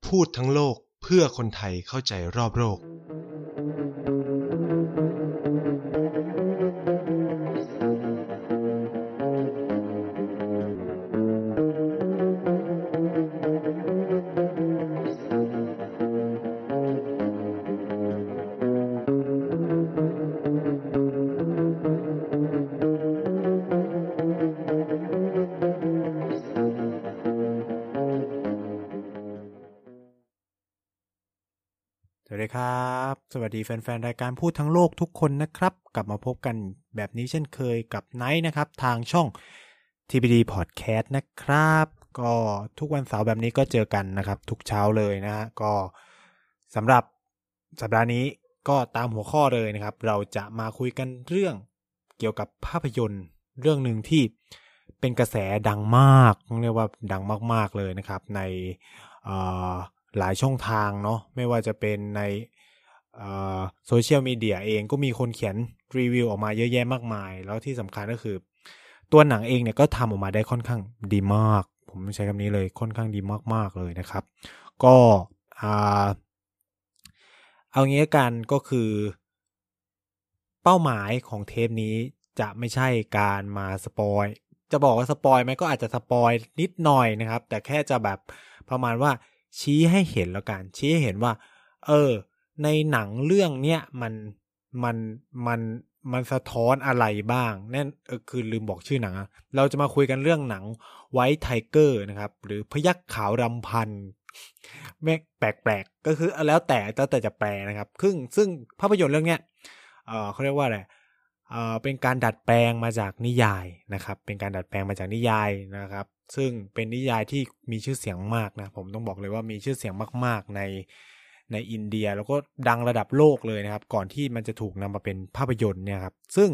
พูดทั้งโลกเพื่อคนไทยเข้าใจรอบโลกสวัสดีครับสวัสดีแฟนๆรายการพูดทั้งโลกทุกคนนะครับกลับมาพบกันแบบนี้เช่นเคยกับไนท์นะครับทางช่อง TPD Podcast นะครับก็ทุกวันเสาร์แบบนี้ก็เจอกันนะครับทุกเช้าเลยนะฮะก็สำหรับสัปดาห์นี้ก็ตามหัวข้อเลยนะครับเราจะมาคุยกันเรื่องเกี่ยวกับภาพยนตร์เรื่องหนึ่งที่เป็นกระแสดังมากต้องเรียกว่าดังมากๆเลยนะครับในหลายช่องทางเนาะไม่ว่าจะเป็นในโซเชียลมีเดียเองก็มีคนเขียนรีวิวออกมาเยอะแยะมากมายแล้วที่สำคัญก็คือตัวหนังเองเนี่ยก็ทำออกมาได้ค่อนข้างดีมากผมใช้คำนี้เลยค่อนข้างดีมากๆเลยนะครับก็เอางี้กันก็คือเป้าหมายของเทปนี้จะไม่ใช่การมาสปอยจะบอกว่าสปอยไหมก็อาจจะสปอยนิดหน่อยนะครับแต่แค่จะแบบประมาณว่าชี้ให้เห็นแล้วกันชี้ให้เห็นว่าในหนังเรื่องเนี้ยมันสะท้อนอะไรบ้างนั่นคือลืมบอกชื่อหนังเราจะมาคุยกันเรื่องหนัง White Tiger นะครับหรือพยัคฆ์ขาวรำพันแม่แปลกๆก็คือแล้วแต่จะแปลนะครับซึ่งภาพยนตร์เรื่องเนี้ยเขาเรียกว่าอะไรเป็นการดัดแปลงมาจากนิยายนะครับเป็นการดัดแปลงมาจากนิยายนะครับซึ่งเป็นนิยายที่มีชื่อเสียงมากนะผมต้องบอกเลยว่ามีชื่อเสียงมากๆในอินเดียแล้วก็ดังระดับโลกเลยนะครับก่อนที่มันจะถูกนำมาเป็นภาพยนตร์เนี่ยครับซึ่ง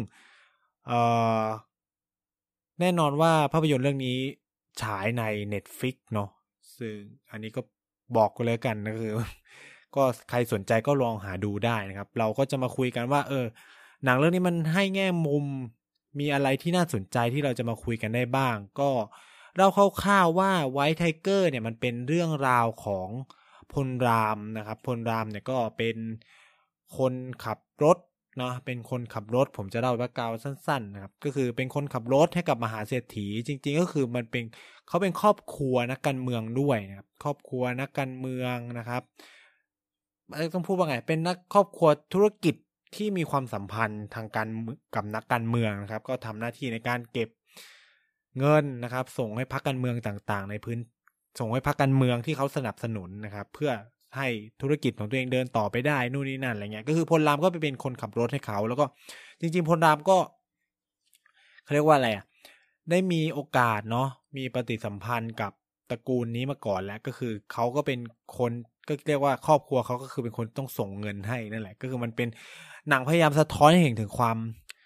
แน่นอนว่าภาพยนตร์เรื่องนี้ฉายใน Netflix เนาะซึ่งอันนี้ก็บอกกันเลยกันก็คือก็ใครสนใจก็ลองหาดูได้นะครับเราก็จะมาคุยกันว่าหนังเรื่องนี้มันให้แง่มุมมีอะไรที่น่าสนใจที่เราจะมาคุยกันได้บ้างก็เราคร่าวๆว่า White Tiger เนี่ยมันเป็นเรื่องราวของพลรามนะครับพลรามเนี่ยก็เป็นคนขับรถนะเป็นคนขับรถผมจะเล่าแบ็คกราวด์สั้นๆนะครับก็คือเป็นคนขับรถให้กับมหาเศรษฐีจริงๆก็คือเขาเป็นครอบครัวนักการเมืองด้วยนะครับครอบครัวนักการเมืองนะครับต้องพูดว่าไงเป็นครอบครัวธุรกิจที่มีความสัมพันธ์ทางการกับนักการเมืองนะครับก็ทำหน้าที่ในการเก็บเงินนะครับส่งให้พรรคการเมืองต่างๆในพื้นส่งให้พรรคการเมืองที่เขาสนับสนุนนะครับเพื่อให้ธุรกิจของตัวเองเดินต่อไปได้นู่นนี่นั่นอะไรเงี้ยก็คือพลรามก็ไปเป็นคนขับรถให้เขาแล้วก็จริงๆพลรามก็เขาเรียกว่าอะไรได้มีโอกาสเนาะมีปฏิสัมพันธ์กับตระกูลนี้มาก่อนแล้วก็คือเขาก็เป็นคนก็เรียกว่าครอบครัวเขาก็คือเป็นคนต้องส่งเงินให้นั่นแหละก็คือมันเป็นหนังพยายามสะท้อนให้เห็นถึงความ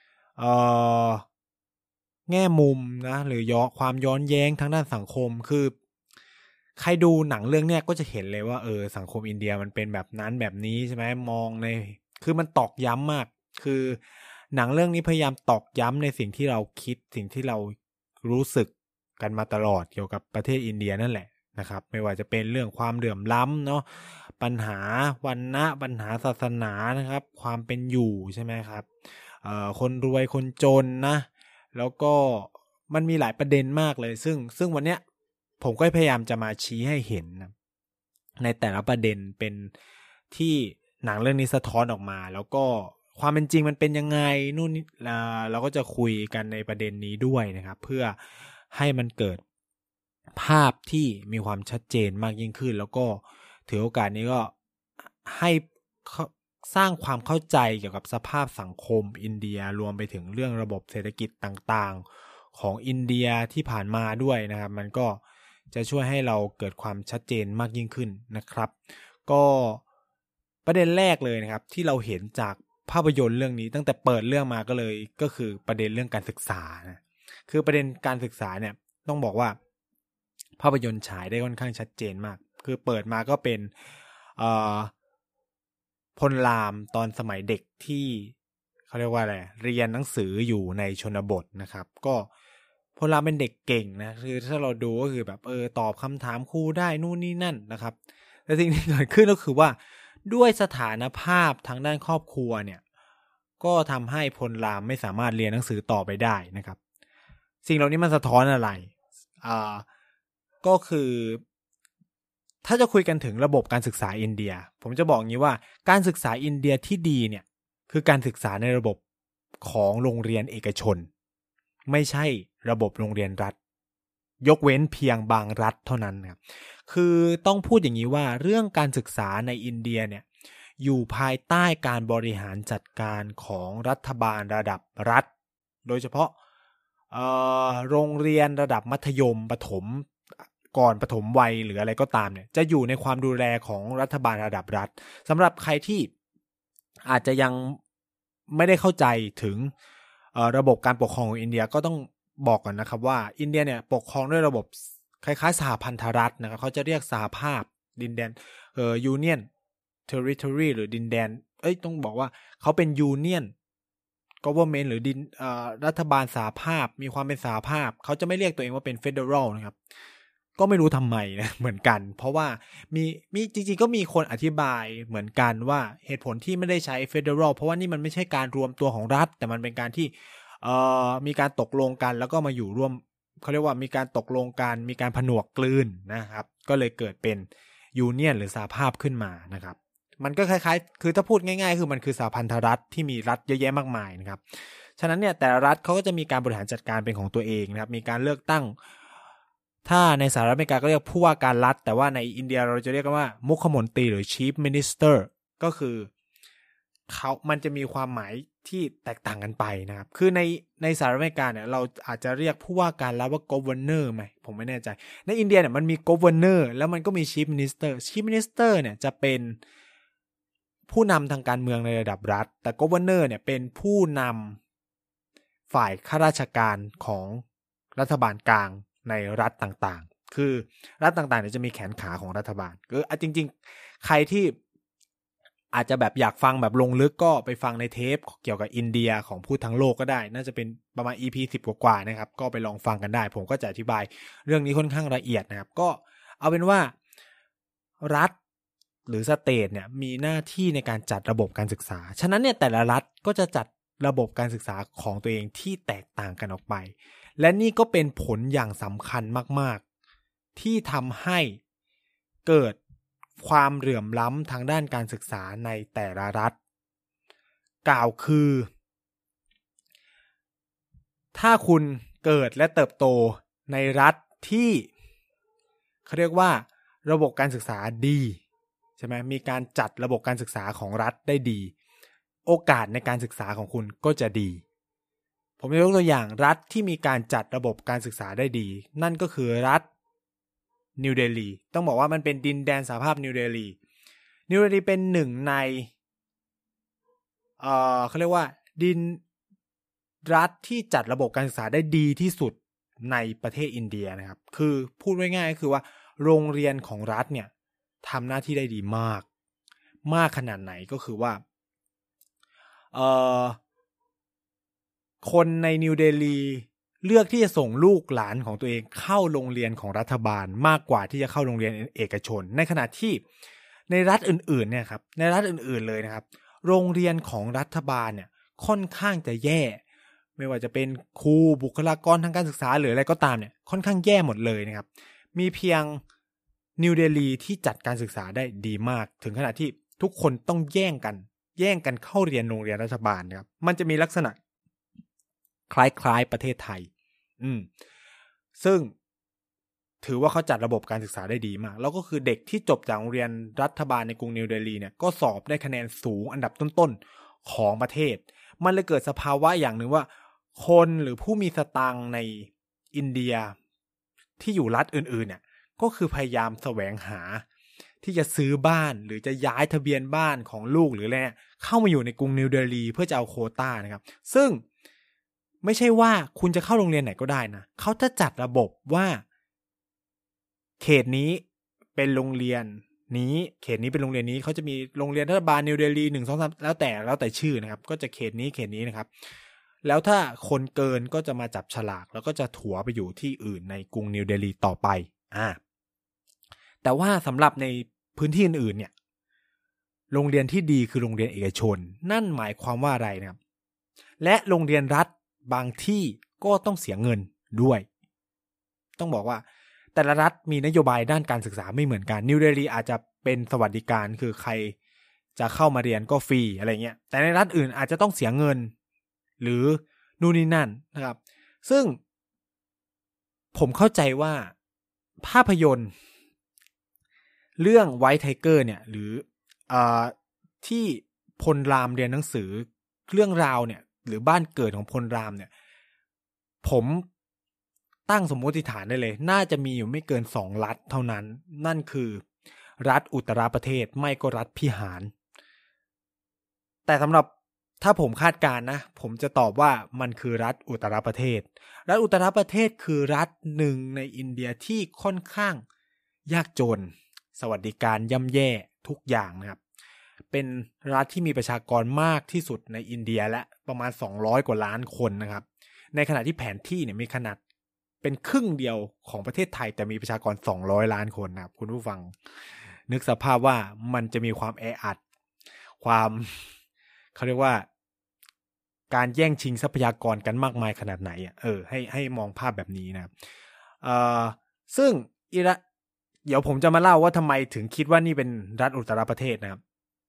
แง่มุมนะหรือความย้อนแย้งทางด้านสังคมคือใครดูหนังเรื่องเนี้ยก็จะเห็นเลยว่าสังคมอินเดียมันเป็นแบบนั้นแบบนี้ใช่ไหมมองในคือมันตอกย้ำมากคือหนังเรื่องนี้พยายามตอกย้ำในสิ่งที่เราคิดสิ่งที่เรารู้สึกกันมาตลอดเกี่ยวกับประเทศอินเดียนั่นแหละนะครับไม่ว่าจะเป็นเรื่องความเหลื่อมล้ำเนาะปัญหาวรรณะปัญหาศาสนานะครับความเป็นอยู่ใช่ไหมครับคนรวยคนจนนะแล้วก็มันมีหลายประเด็นมากเลยซึ่งวันเนี้ยผมก็พยายามจะมาชี้ให้เห็นนะในแต่ละประเด็นเป็นที่หนังเรื่องนี้สะท้อนออกมาแล้วก็ความเป็นจริงมันเป็นยังไงนู่นนี่เราก็จะคุยกันในประเด็นนี้ด้วยนะครับเพื่อให้มันเกิดภาพที่มีความชัดเจนมากยิ่งขึ้นแล้วก็ถือโอกาสนี้ก็ให้สร้างความเข้าใจเกี่ยวกับสภาพสังคมอินเดียรวมไปถึงเรื่องระบบเศรษฐกิจต่างๆของอินเดียที่ผ่านมาด้วยนะครับมันก็จะช่วยให้เราเกิดความชัดเจนมากยิ่งขึ้นนะครับก็ประเด็นแรกเลยนะครับที่เราเห็นจากภาพยนตร์เรื่องนี้ตั้งแต่เปิดเรื่องมาก็คือประเด็นเรื่องการศึกษานะคือประเด็นการศึกษาเนี่ยต้องบอกว่าภาพยนตร์ฉายได้ค่อนข้างชัดเจนมากคือเปิดมาก็เป็นพลรามตอนสมัยเด็กที่เขาเรียกว่าอะไรเรียนหนังสืออยู่ในชนบทนะครับก็พลรามเป็นเด็กเก่งนะคือถ้าเราดูก็คือแบบตอบคำถามครูได้นู่นนี่นั่นนะครับแต่สิ่งที่เกิดขึ้นก็คือว่าด้วยสถานภาพทางด้านครอบครัวเนี่ยก็ทำให้พลรามไม่สามารถเรียนหนังสือต่อไปได้นะครับสิ่งเหล่านี้มันสะท้อนอะไรก็คือถ้าจะคุยกันถึงระบบการศึกษาอินเดียผมจะบอกงี้ว่าการศึกษาอินเดียที่ดีเนี่ยคือการศึกษาในระบบของโรงเรียนเอกชนไม่ใช่ระบบโรงเรียนรัฐยกเว้นเพียงบางรัฐเท่านั้นครับคือต้องพูดอย่างนี้ว่าเรื่องการศึกษาในอินเดียเนี่ยอยู่ภายใต้การบริหารจัดการของรัฐบาลระดับรัฐโดยเฉพาะโรงเรียนระดับมัธยมประถมก่อนประถมวัยหรืออะไรก็ตามเนี่ยจะอยู่ในความดูแลของรัฐบาลระดับรัฐสำหรับใครที่อาจจะยังไม่ได้เข้าใจถึงระบบการปกครองของอินเดียก็ต้องบอกก่อนนะครับว่าอินเดียเนี่ยปกครองด้วยระบบคล้ายๆสหพันธรัฐนะครับเขาจะเรียกสหภาพดินแดนUnion Territory หรือดินแดนต้องบอกว่าเขาเป็น Union Government หรือรัฐบาลสหภาพมีความเป็นสหภาพเขาจะไม่เรียกตัวเองว่าเป็น Federal นะครับก็ไม่รู้ทำไมนะเหมือนกันเพราะว่ามีจริงๆก็มีคนอธิบายเหมือนกันว่าเหตุผลที่ไม่ได้ใช้ Federal เพราะว่านี่มันไม่ใช่การรวมตัวของรัฐแต่มันเป็นการที่มีการตกลงกันแล้วก็มาอยู่ร่วมเขาเรียกว่ามีการตกลงกันมีการผนวกกลืนนะครับก็เลยเกิดเป็นยูเนียนหรือสหภาพขึ้นมานะครับมันก็คล้ายๆคือถ้าพูดง่ายๆคือมันคือสหพันธรัฐที่มีรัฐเยอะแยะมากมายนะครับฉะนั้นเนี่ยแต่ละรัฐเขาก็จะมีการบริหารจัดการเป็นของตัวเองนะครับมีการเลือกตั้งถ้าในสหรัฐอเมริกาก็เรียกผู้ว่าการรัฐแต่ว่าในอินเดียเราจะเรียกกันว่ามุขมนตรีหรือ Chief Minister ก็คือมันจะมีความหมายที่แตกต่างกันไปนะครับคือในสหรัฐอเมริกาเนี่ยเราอาจจะเรียกผู้ว่าการรัฐว่า Governor ไหมผมไม่แน่ใจในอินเดียเนี่ยมันมี Governor แล้วมันก็มี Chief Minister Chief Minister เนี่ยจะเป็นผู้นำทางการเมืองในระดับรัฐแต่ Governor เนี่ยเป็นผู้นำฝ่ายข้าราชการของรัฐบาลกลางในรัฐต่างๆคือรัฐต่างๆเนี่ยจะมีแขนขาของรัฐบาลคือจริงๆใครที่อาจจะแบบอยากฟังแบบลงลึกก็ไปฟังในเทปเกี่ยวกับอินเดียของพูดทั้งโลกก็ได้น่าจะเป็นประมาณ EP 10 กว่าๆนะครับก็ไปลองฟังกันได้ผมก็จะอธิบายเรื่องนี้ค่อนข้างละเอียดนะครับก็เอาเป็นว่ารัฐหรือสเตทเนี่ยมีหน้าที่ในการจัดระบบการศึกษาฉะนั้นเนี่ยแต่ละรัฐก็จะจัดระบบการศึกษาของตัวเองที่แตกต่างกันออกไปและนี่ก็เป็นผลอย่างสำคัญมากๆที่ทำให้เกิดความเหลื่อมล้ำทางด้านการศึกษาในแต่ละรัฐกล่าวคือถ้าคุณเกิดและเติบโตในรัฐที่เขาเรียกว่าระบบการศึกษาดีใช่ไหมมีการจัดระบบการศึกษาของรัฐได้ดีโอกาสในการศึกษาของคุณก็จะดีผมจะยกตัวอย่างรัฐที่มีการจัดระบบการศึกษาได้ดีนั่นก็คือรัฐนิวเดลีต้องบอกว่ามันเป็นดินแดนสหภาพนิวเดลีเป็นหนึ่งในเขาเรียกว่ารัฐที่จัดระบบการศึกษาได้ดีที่สุดในประเทศอินเดียนะครับคือพูดง่ายๆก็คือว่าโรงเรียนของรัฐเนี่ยทำหน้าที่ได้ดีมากขนาดไหนก็คือว่าคนในนิวเดลีเลือกที่จะส่งลูกหลานของตัวเองเข้าโรงเรียนของรัฐบาลมากกว่าที่จะเข้าโรงเรียนเอกชนในขณะที่ในรัฐอื่นๆเนี่ยครับในรัฐอื่นๆเลยนะครับโรงเรียนของรัฐบาลเนี่ยค่อนข้างจะแย่ไม่ว่าจะเป็นครูบุคลากรทางการศึกษาหรืออะไรก็ตามเนี่ยค่อนข้างแย่หมดเลยนะครับมีเพียงนิวเดลีที่จัดการศึกษาได้ดีมากถึงขนาดที่ทุกคนต้องแย่งกันเข้าเรียนโรงเรียนรัฐบาลนะครับมันจะมีลักษณะคล้ายๆประเทศไทยซึ่งถือว่าเขาจัดระบบการศึกษาได้ดีมากแล้วก็คือเด็กที่จบจากโรงเรียนรัฐบาลในกรุงนิวเดลีเนี่ยก็สอบได้คะแนนสูงอันดับต้นๆของประเทศมันเลยเกิดสภาวะอย่างหนึ่งว่าคนหรือผู้มีสตางค์ในอินเดียที่อยู่รัฐอื่นๆเนี่ยก็คือพยายามแสวงหาที่จะซื้อบ้านหรือจะย้ายทะเบียนบ้านของลูกหรืออะไรเนี่ยเข้ามาอยู่ในกรุงนิวเดลีเพื่อจะเอาโควต้านะครับซึ่งไม่ใช่ว่าคุณจะเข้าโรงเรียนไหนก็ได้นะเขาจะจัดระบบว่าเขตนี้เป็นโรงเรียนนี้เขตนี้เป็นโรงเรียนนี้เขาจะมีโรงเรียนรัฐบาลนิวเดลี1 2 3แล้วแต่ชื่อนะครับก็จะเขตนี้นะครับแล้วถ้าคนเกินก็จะมาจับฉลากแล้วก็จะถัวไปอยู่ที่อื่นในกรุงนิวเดลีต่อไปแต่ว่าสำหรับในพื้นที่อื่นๆเนี่ยโรงเรียนที่ดีคือโรงเรียนเอกชนนั่นหมายความว่าอะไรนะครับและโรงเรียนรัฐบางที่ก็ต้องเสียเงินด้วยต้องบอกว่าแต่ละรัฐมีนโยบายด้านการศึกษาไม่เหมือนกันนิวเดลีอาจจะเป็นสวัสดิการคือใครจะเข้ามาเรียนก็ฟรีอะไรเงี้ยแต่ในรัฐอื่นอาจจะต้องเสียเงินหรือนู่นนี่นั่นนะครับซึ่งผมเข้าใจว่าภาพยนตร์เรื่อง White Tiger เนี่ยหรือที่พลรามเรียนหนังสือเรื่องราวเนี่ยหรือบ้านเกิดของพลรามเนี่ยผมตั้งสมมติฐานได้เลยน่าจะมีอยู่ไม่เกิน2รัฐเท่านั้นนั่นคือรัฐอุตตรประเทศไม่ก็รัฐพิหารแต่สำหรับถ้าผมคาดการณ์นะผมจะตอบว่ามันคือรัฐอุตตรประเทศรัฐอุตตรประเทศคือรัฐหนึ่งในอินเดียที่ค่อนข้างยากจนสวัสดิการย่ำแย่ทุกอย่างนะครับเป็นรัฐที่มีประชากรมากที่สุดในอินเดียและประมาณ200กว่าล้านคนนะครับในขณะที่แผนที่เนี่ยมีขนาดเป็นครึ่งเดียวของประเทศไทยแต่มีประชากร200ล้านคนนะครับคุณผู้ฟังนึกสภาพว่ามันจะมีความแออัดความเขาเรียกว่าการแย่งชิงทรัพยากรกันมากมายขนาดไหนให้มองภาพแบบนี้นะครับซึ่งเดี๋ยวผมจะมาเล่าว่าทำไมถึงคิดว่านี่เป็นรัฐอุตตรประเทศนะครับ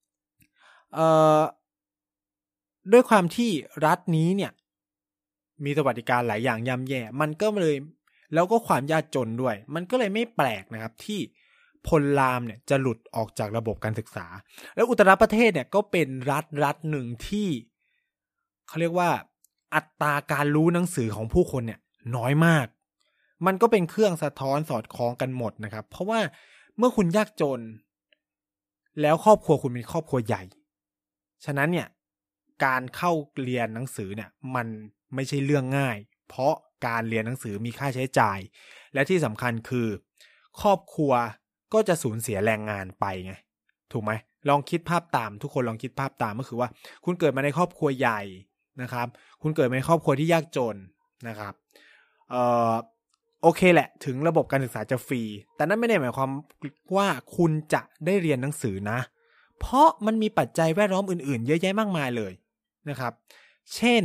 ด้วยความที่รัฐนี้เนี่ยมีสวัสดิการหลายอย่างย่ำแย่มันก็เลยแล้วก็ความยากจนด้วยมันก็เลยไม่แปลกนะครับที่พลรามเนี่ยจะหลุดออกจากระบบการศึกษาแล้วอุตตรประเทศเนี่ยก็เป็นรัฐหนึ่งที่เขาเรียกว่าอัตราการรู้หนังสือของผู้คนเนี่ยน้อยมากมันก็เป็นเครื่องสะท้อนสอดคล้องกันหมดนะครับเพราะว่าเมื่อคุณยากจนแล้วครอบครัวคุณเป็นครอบครัวใหญ่ฉะนั้นเนี่ยการเข้าเรียนหนังสือเนี่ยมันไม่ใช่เรื่องง่ายเพราะการเรียนหนังสือมีค่าใช้จ่ายและที่สำคัญคือครอบครัวก็จะสูญเสียแรงงานไปไงถูกไหมลองคิดภาพตามทุกคนลองคิดภาพตามก็คือว่าคุณเกิดมาในครอบครัวใหญ่นะครับคุณเกิดมาในครอบครัวที่ยากจนนะครับโอเคแหละถึงระบบการศึกษาจะฟรีแต่นั่นไม่ได้หมายความว่าคุณจะได้เรียนหนังสือนะเพราะมันมีปัจจัยแวดล้อมอื่นๆเยอะแยะมากมายเลยนะครับเช่น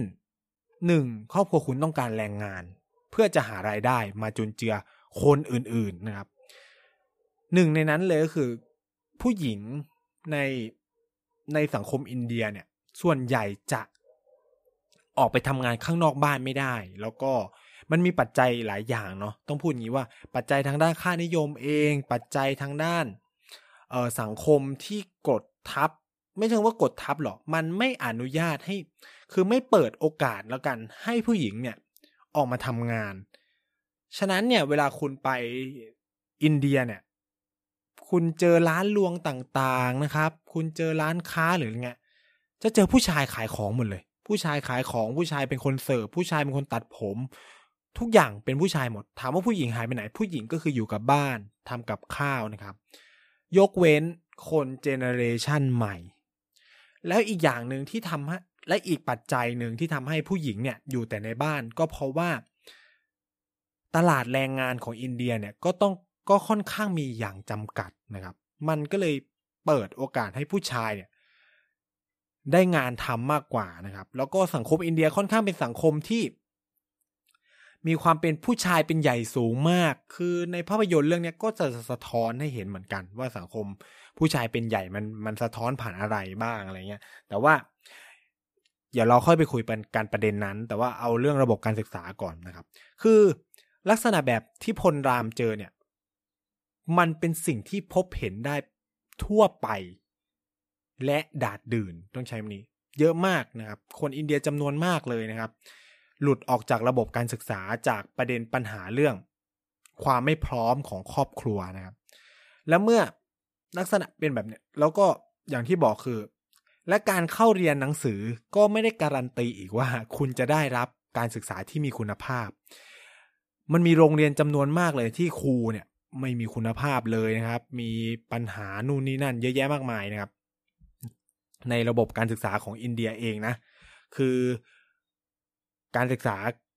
1ครอบครัวคุณต้องการแรงงานเพื่อจะหารายได้มาจุนเจือคนอื่นๆนะครับหนึ่งในนั้นเลยก็คือผู้หญิงในสังคมอินเดียเนี่ยส่วนใหญ่จะออกไปทำงานข้างนอกบ้านไม่ได้แล้วก็มันมีปัจจัยหลายอย่างเนาะต้องพูดอย่างนี้ว่าปัจจัยทางด้านค่านิยมเองปัจจัยทางด้านสังคมที่กดทับไม่ใช่ว่ากดทับหรอกมันไม่อนุญาตให้คือไม่เปิดโอกาสแล้วกันให้ผู้หญิงเนี่ยออกมาทำงานฉะนั้นเนี่ยเวลาคุณไปอินเดียเนี่ยคุณเจอร้านรวงต่างๆนะครับคุณเจอร้านค้าหรืออะไรเงี้ยจะเจอผู้ชายขายของหมดเลยผู้ชายขายของผู้ชายเป็นคนเสิร์ฟผู้ชายเป็นคนตัดผมทุกอย่างเป็นผู้ชายหมดถามว่าผู้หญิงหายไปไหนผู้หญิงก็คืออยู่กับบ้านทำกับข้าวนะครับยกเว้นคนเจเนเรชันใหม่แล้วอีกอย่างนึงที่ทำให้และอีกปัจจัยหนึ่งที่ทำให้ผู้หญิงเนี่ยอยู่แต่ในบ้านก็เพราะว่าตลาดแรงงานของอินเดียเนี่ยก็ค่อนข้างมีอย่างจำกัดนะครับมันก็เลยเปิดโอกาสให้ผู้ชายเนี่ยได้งานทำมากกว่านะครับแล้วก็สังคมอินเดียค่อนข้างเป็นสังคมที่มีความเป็นผู้ชายเป็นใหญ่สูงมากคือในภาพยนตร์เรื่องนี้ก็จะสะท้อนให้เห็นเหมือนกันว่าสังคมผู้ชายเป็นใหญ่มันสะท้อนผ่านอะไรบ้างอะไรเงี้ยแต่ว่าเดี๋ยวเราค่อยไปคุยกันประเด็นนั้นแต่ว่าเอาเรื่องระบบการศึกษาก่อนนะครับคือลักษณะแบบที่พลรามเจอเนี่ยมันเป็นสิ่งที่พบเห็นได้ทั่วไปและดาดดื่นต้องใช้คำนี้เยอะมากนะครับคนอินเดียจำนวนมากเลยนะครับหลุดออกจากระบบการศึกษาจากประเด็นปัญหาเรื่องความไม่พร้อมของครอบครัวนะครับแล้วเมื่อลักษณะเป็นแบบนี้แล้วก็อย่างที่บอกคือและการเข้าเรียนหนังสือก็ไม่ได้การันตีอีกว่าคุณจะได้รับการศึกษาที่มีคุณภาพมันมีโรงเรียนจำนวนมากเลยที่ครูเนี่ยไม่มีคุณภาพเลยนะครับมีปัญหานู่นนี่นั่นเยอะแยะมากมายนะครับในระบบการศึกษาของอินเดียเองนะคือการศึกษา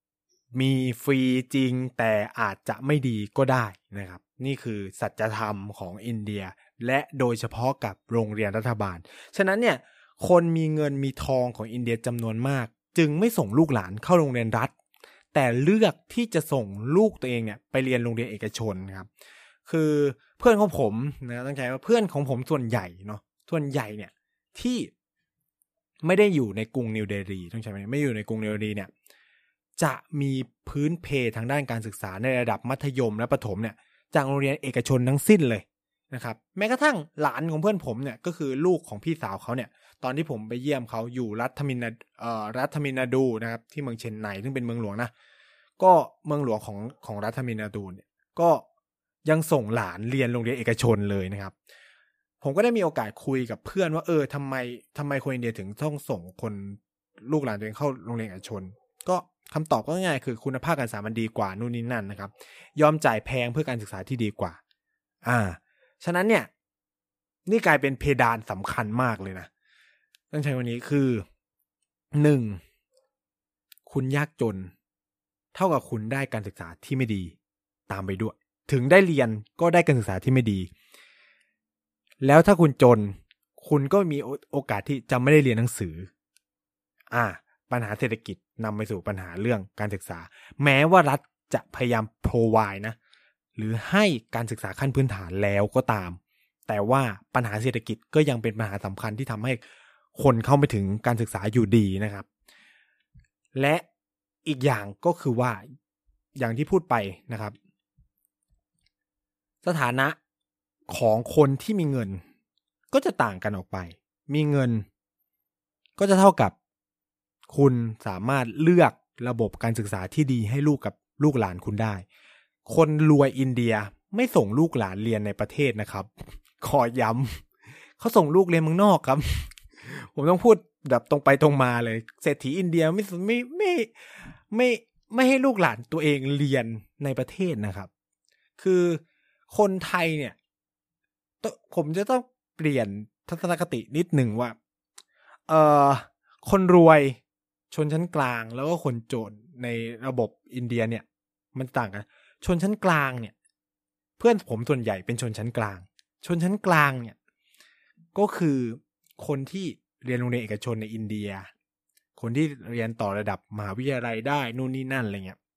มีฟรีจริงแต่อาจจะไม่ดีก็ได้นะครับนี่คือสัจธรรมของอินเดียและโดยเฉพาะกับโรงเรียนรัฐบาลฉะนั้นเนี่ยคนมีเงินมีทองของอินเดียจำนวนมากจึงไม่ส่งลูกหลานเข้าโรงเรียนรัฐแต่เลือกที่จะส่งลูกตัวเองเนี่ยไปเรียนโรงเรียนเอกชนครับคือเพื่อนของผมนะต้องใช้ว่าเพื่อนของผมส่วนใหญ่เนาะส่วนใหญ่เนี่ยที่ไม่ได้อยู่ในกรุงนิวเดลีต้องใช้ไหมไม่อยู่ในกรุงนิวเดลีเนี่ยจะมีพื้นเพทางด้านการศึกษาในระดับมัธยมและประถมเนี่ยจากโรงเรียนเอกชนทั้งสิ้นเลยนะครับแม้กระทั่งหลานของเพื่อนผมเนี่ยก็คือลูกของพี่สาวเขาเนี่ยตอนที่ผมไปเยี่ยมเขาอยู่รัฐทมินนาดูนะครับที่เมืองเชนไนซึ่งเป็นเมืองหลวงนะก็เมืองหลวงของรัฐทมินนาดูเนี่ยก็ยังส่งหลานเรียนโรงเรียนเอกชนเลยนะครับผมก็ได้มีโอกาสคุยกับเพื่อนว่าทำไมคนอินเดียถึงต้องส่งคนลูกหลานตัวเองเข้าโรงเรียนเอกชนก็คำตอบก็ง่ายคือคุณภาพการศึกษามันดีกว่านู่นนี่นั่นนะครับยอมจ่ายแพงเพื่อการศึกษาที่ดีกว่าฉะนั้นเนี่ยนี่กลายเป็นเพดานสำคัญมากเลยนะต้องใช้วันนี้คือ1คุณยากจนเท่ากับคุณได้การศึกษาที่ไม่ดีตามไปด้วยถึงได้เรียนก็ได้การศึกษาที่ไม่ดีแล้วถ้าคุณจนคุณก็มีโอกาสที่จะไม่ได้เรียนหนังสือปัญหาเศรษฐกิจนำไปสู่ปัญหาเรื่องการศึกษาแม้ว่ารัฐจะพยายาม provide นะหรือให้การศึกษาขั้นพื้นฐานแล้วก็ตามแต่ว่าปัญหาเศรษฐกิจก็ยังเป็นปัญหาสำคัญที่ทำให้คนเข้าไปถึงการศึกษาอยู่ดีนะครับและอีกอย่างก็คือว่าอย่างที่พูดไปนะครับสถานะของคนที่มีเงินก็จะต่างกันออกไปมีเงินก็จะเท่ากับคุณสามารถเลือกระบบการศึกษาที่ดีให้ลูกหลานคุณได้คนรวยอินเดียไม่ส่งลูกหลานเรียนในประเทศนะครับขอย้ำเขาส่งลูกเรียนเมืองนอกครับ ผมต้องพูดแบบตรงไปตรงมาเลยเศรษฐีอินเดียไม่ให้ลูกหลานตัวเองเรียนในประเทศนะครับคือคนไทยเนี่ยผมจะต้องเปลี่ยนทัศนคตินิดหนึ่งว่าคนรวยชนชั้นกลางแล้วก็คนจนในระบบอินเดียเนี่ยมันต่างกันชนชั้นกลางเนี่ยเพื่อนผมส่วนใหญ่เป็นชนชั้นกลางชนชั้นกลางเนี่ยก็คือคนที่เรียนโรงเรียนเอกชนในอินเดียคนที่เรียนต่อระดับมหาวิทยาลัยได้นู่นนี่นั่นอะไรเงี้ย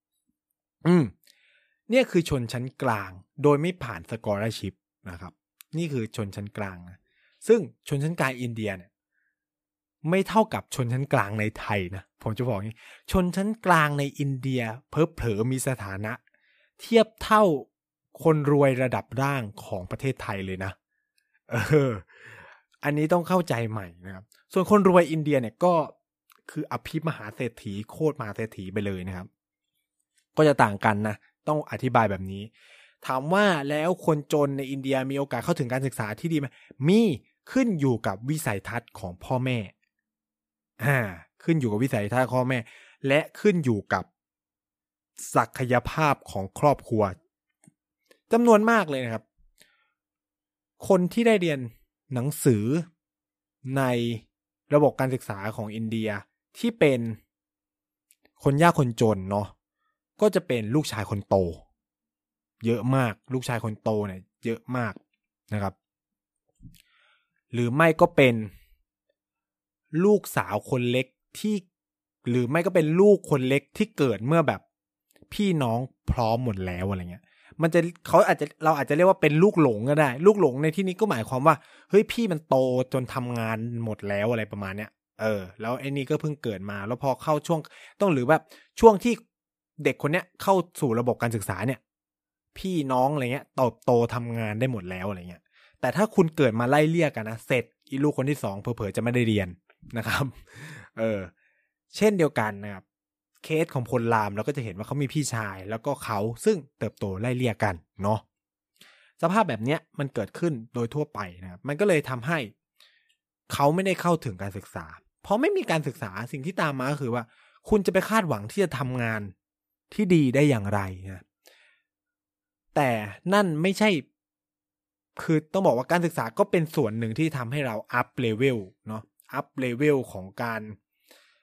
เนี่ยคือชนชั้นกลางโดยไม่ผ่านสกอลาร์ชิพนะครับนี่คือชนชั้นกลางนะซึ่งชนชั้นกลางอินเดียเนี่ยไม่เท่ากับชนชั้นกลางในไทยนะผมจะบอกงี้ชนชั้นกลางในอินเดียเผลอๆมีสถานะเทียบเท่าคนรวยระดับล่างของประเทศไทยเลยนะอันนี้ต้องเข้าใจใหม่นะครับส่วนคนรวยอินเดียเนี่ยก็คืออภิมหาเศรษฐีโคตรมหาเศรษฐีไปเลยนะครับก็จะต่างกันนะต้องอธิบายแบบนี้ถามว่าแล้วคนจนในอินเดียมีโอกาสเข้าถึงการศึกษาที่ดีไหมมีขึ้นอยู่กับวิสัยทัศน์ของพ่อแม่ขึ้นอยู่กับวิสัยทัศน์พ่อแม่และขึ้นอยู่กับศักยภาพของครอบครัวจำนวนมากเลยนะครับคนที่ได้เรียนหนังสือในระบบการศึกษาของอินเดียที่เป็นคนยากคนจนเนาะก็จะเป็นลูกชายคนโตเยอะมากลูกชายคนโตเนี่ยเยอะมากนะครับหรือไม่ก็เป็นลูกสาวคนเล็กที่หรือไม่ก็เป็นลูกคนเล็กที่เกิดเมื่อแบบพี่น้องพร้อมหมดแล้วอะไรเงี้ยเราอาจจะเรียกว่าเป็นลูกหลงก็ได้ลูกหลงในที่นี้ก็หมายความว่าเฮ้ยพี่มันโตจนทำงานหมดแล้วอะไรประมาณเนี้ยแล้วไอ้นี่ก็เพิ่งเกิดมาแล้วพอเข้าช่วงต้องหรือแบบช่วงที่เด็กคนเนี้ยเข้าสู่ระบบการศึกษาเนี่ยพี่น้องอะไรเงี้ยโตทำงานได้หมดแล้วอะไรเงี้ยแต่ถ้าคุณเกิดมาไล่เลี่ยกันนะเสร็จอีลูกคนที่2เผลอๆจะไม่ได้เรียนนะครับเช่นเดียวกันนะครับเคสของพลรามเราก็จะเห็นว่าเขามีพี่ชายแล้วก็เขาซึ่งเติบโตไล่เลี่ยกันเนาะสภาพแบบเนี้ยมันเกิดขึ้นโดยทั่วไปนะครับมันก็เลยทำให้เขาไม่ได้เข้าถึงการศึกษาเพราะไม่มีการศึกษาสิ่งที่ตามมาก็คือว่าคุณจะไปคาดหวังที่จะทำงานที่ดีได้อย่างไรนะแต่นั่นไม่ใช่คือต้องบอกว่าการศึกษาก็เป็นส่วนหนึ่งที่ทำให้เราอัพเลเวลเนาะอัพเลเวลของการ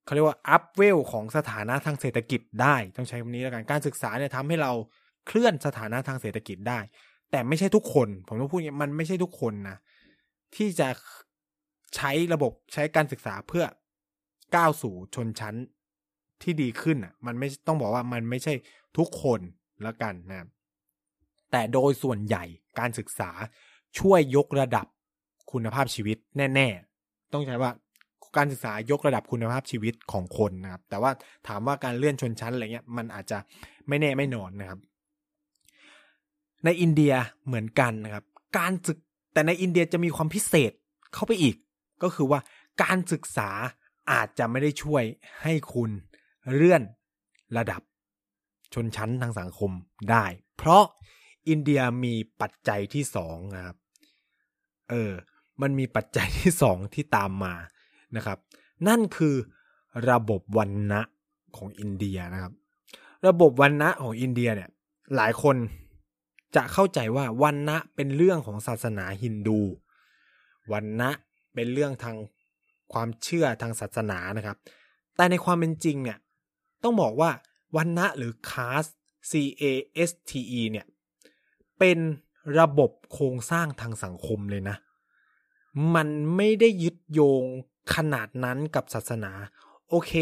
เขาเรียกว่าอัพเวลของสถานะทางเศรษฐกิจได้ต้องใช้คำนี้แล้วกันการศึกษาเนี่ยทำให้เราเคลื่อนสถานะทางเศรษฐกิจได้แต่ไม่ใช่ทุกคนผมต้องพูดอย่างนี้มันไม่ใช่ทุกคนนะที่จะใช้ระบบใช้การศึกษาเพื่อก้าวสู่ชนชั้นที่ดีขึ้นอ่ะมันไม่ต้องบอกว่ามันไม่ใช่ทุกคนแล้วกันนะแต่โดยส่วนใหญ่การศึกษาช่วยยกระดับคุณภาพชีวิตแน่ๆต้องใช้ว่าการศึกษายกระดับคุณภาพชีวิตของคนนะครับแต่ว่าถามว่าการเลื่อนชนชั้นอะไรเงี้ยมันอาจจะไม่แน่ไม่นอนนะครับในอินเดียเหมือนกันนะครับแต่ในอินเดียจะมีความพิเศษเข้าไปอีกก็คือว่าการศึกษาอาจจะไม่ได้ช่วยให้คุณเลื่อนระดับชนชั้นทางสังคมได้เพราะอินเดียมีปัจจัยที่2นะครับมันมีปัจจัยที่2ที่ตามมานะครับนั่นคือระบบวรรณะของอินเดียนะครับระบบวรรณะของอินเดียเนี่ยหลายคนจะเข้าใจว่าวรรณะเป็นเรื่องของศาสนาฮินดูวรรณะเป็นเรื่องทางความเชื่อทางศาสนานะครับแต่ในความเป็นจริงเนี่ยต้องบอกว่าวรรณะหรือ caste caste เนี่ยเป็นระบบโครงสร้างทางสังคมเลยนะมันไม่ได้ยึดโยงขนาดนั้นกับศาสนาโอเค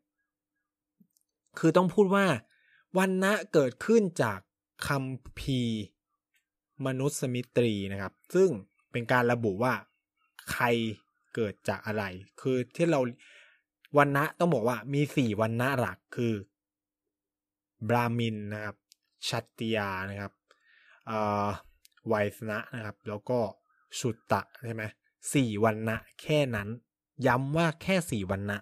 คือต้องพูดว่าวรรณะเกิดขึ้นจากคัมภีร์มนุษยมิตรีนะครับซึ่งเป็นการระบุว่าใครเกิดจากอะไรคือที่เราวรรณะต้องบอกว่ามี4วรรณะหลักคือบราหมินนะครับชัตติยานะครับไวยสนะนะครับแล้วก็สุตตะใช่ไหม4วรรณะแค่นั้นย้ำว่าแค่4วรรณะ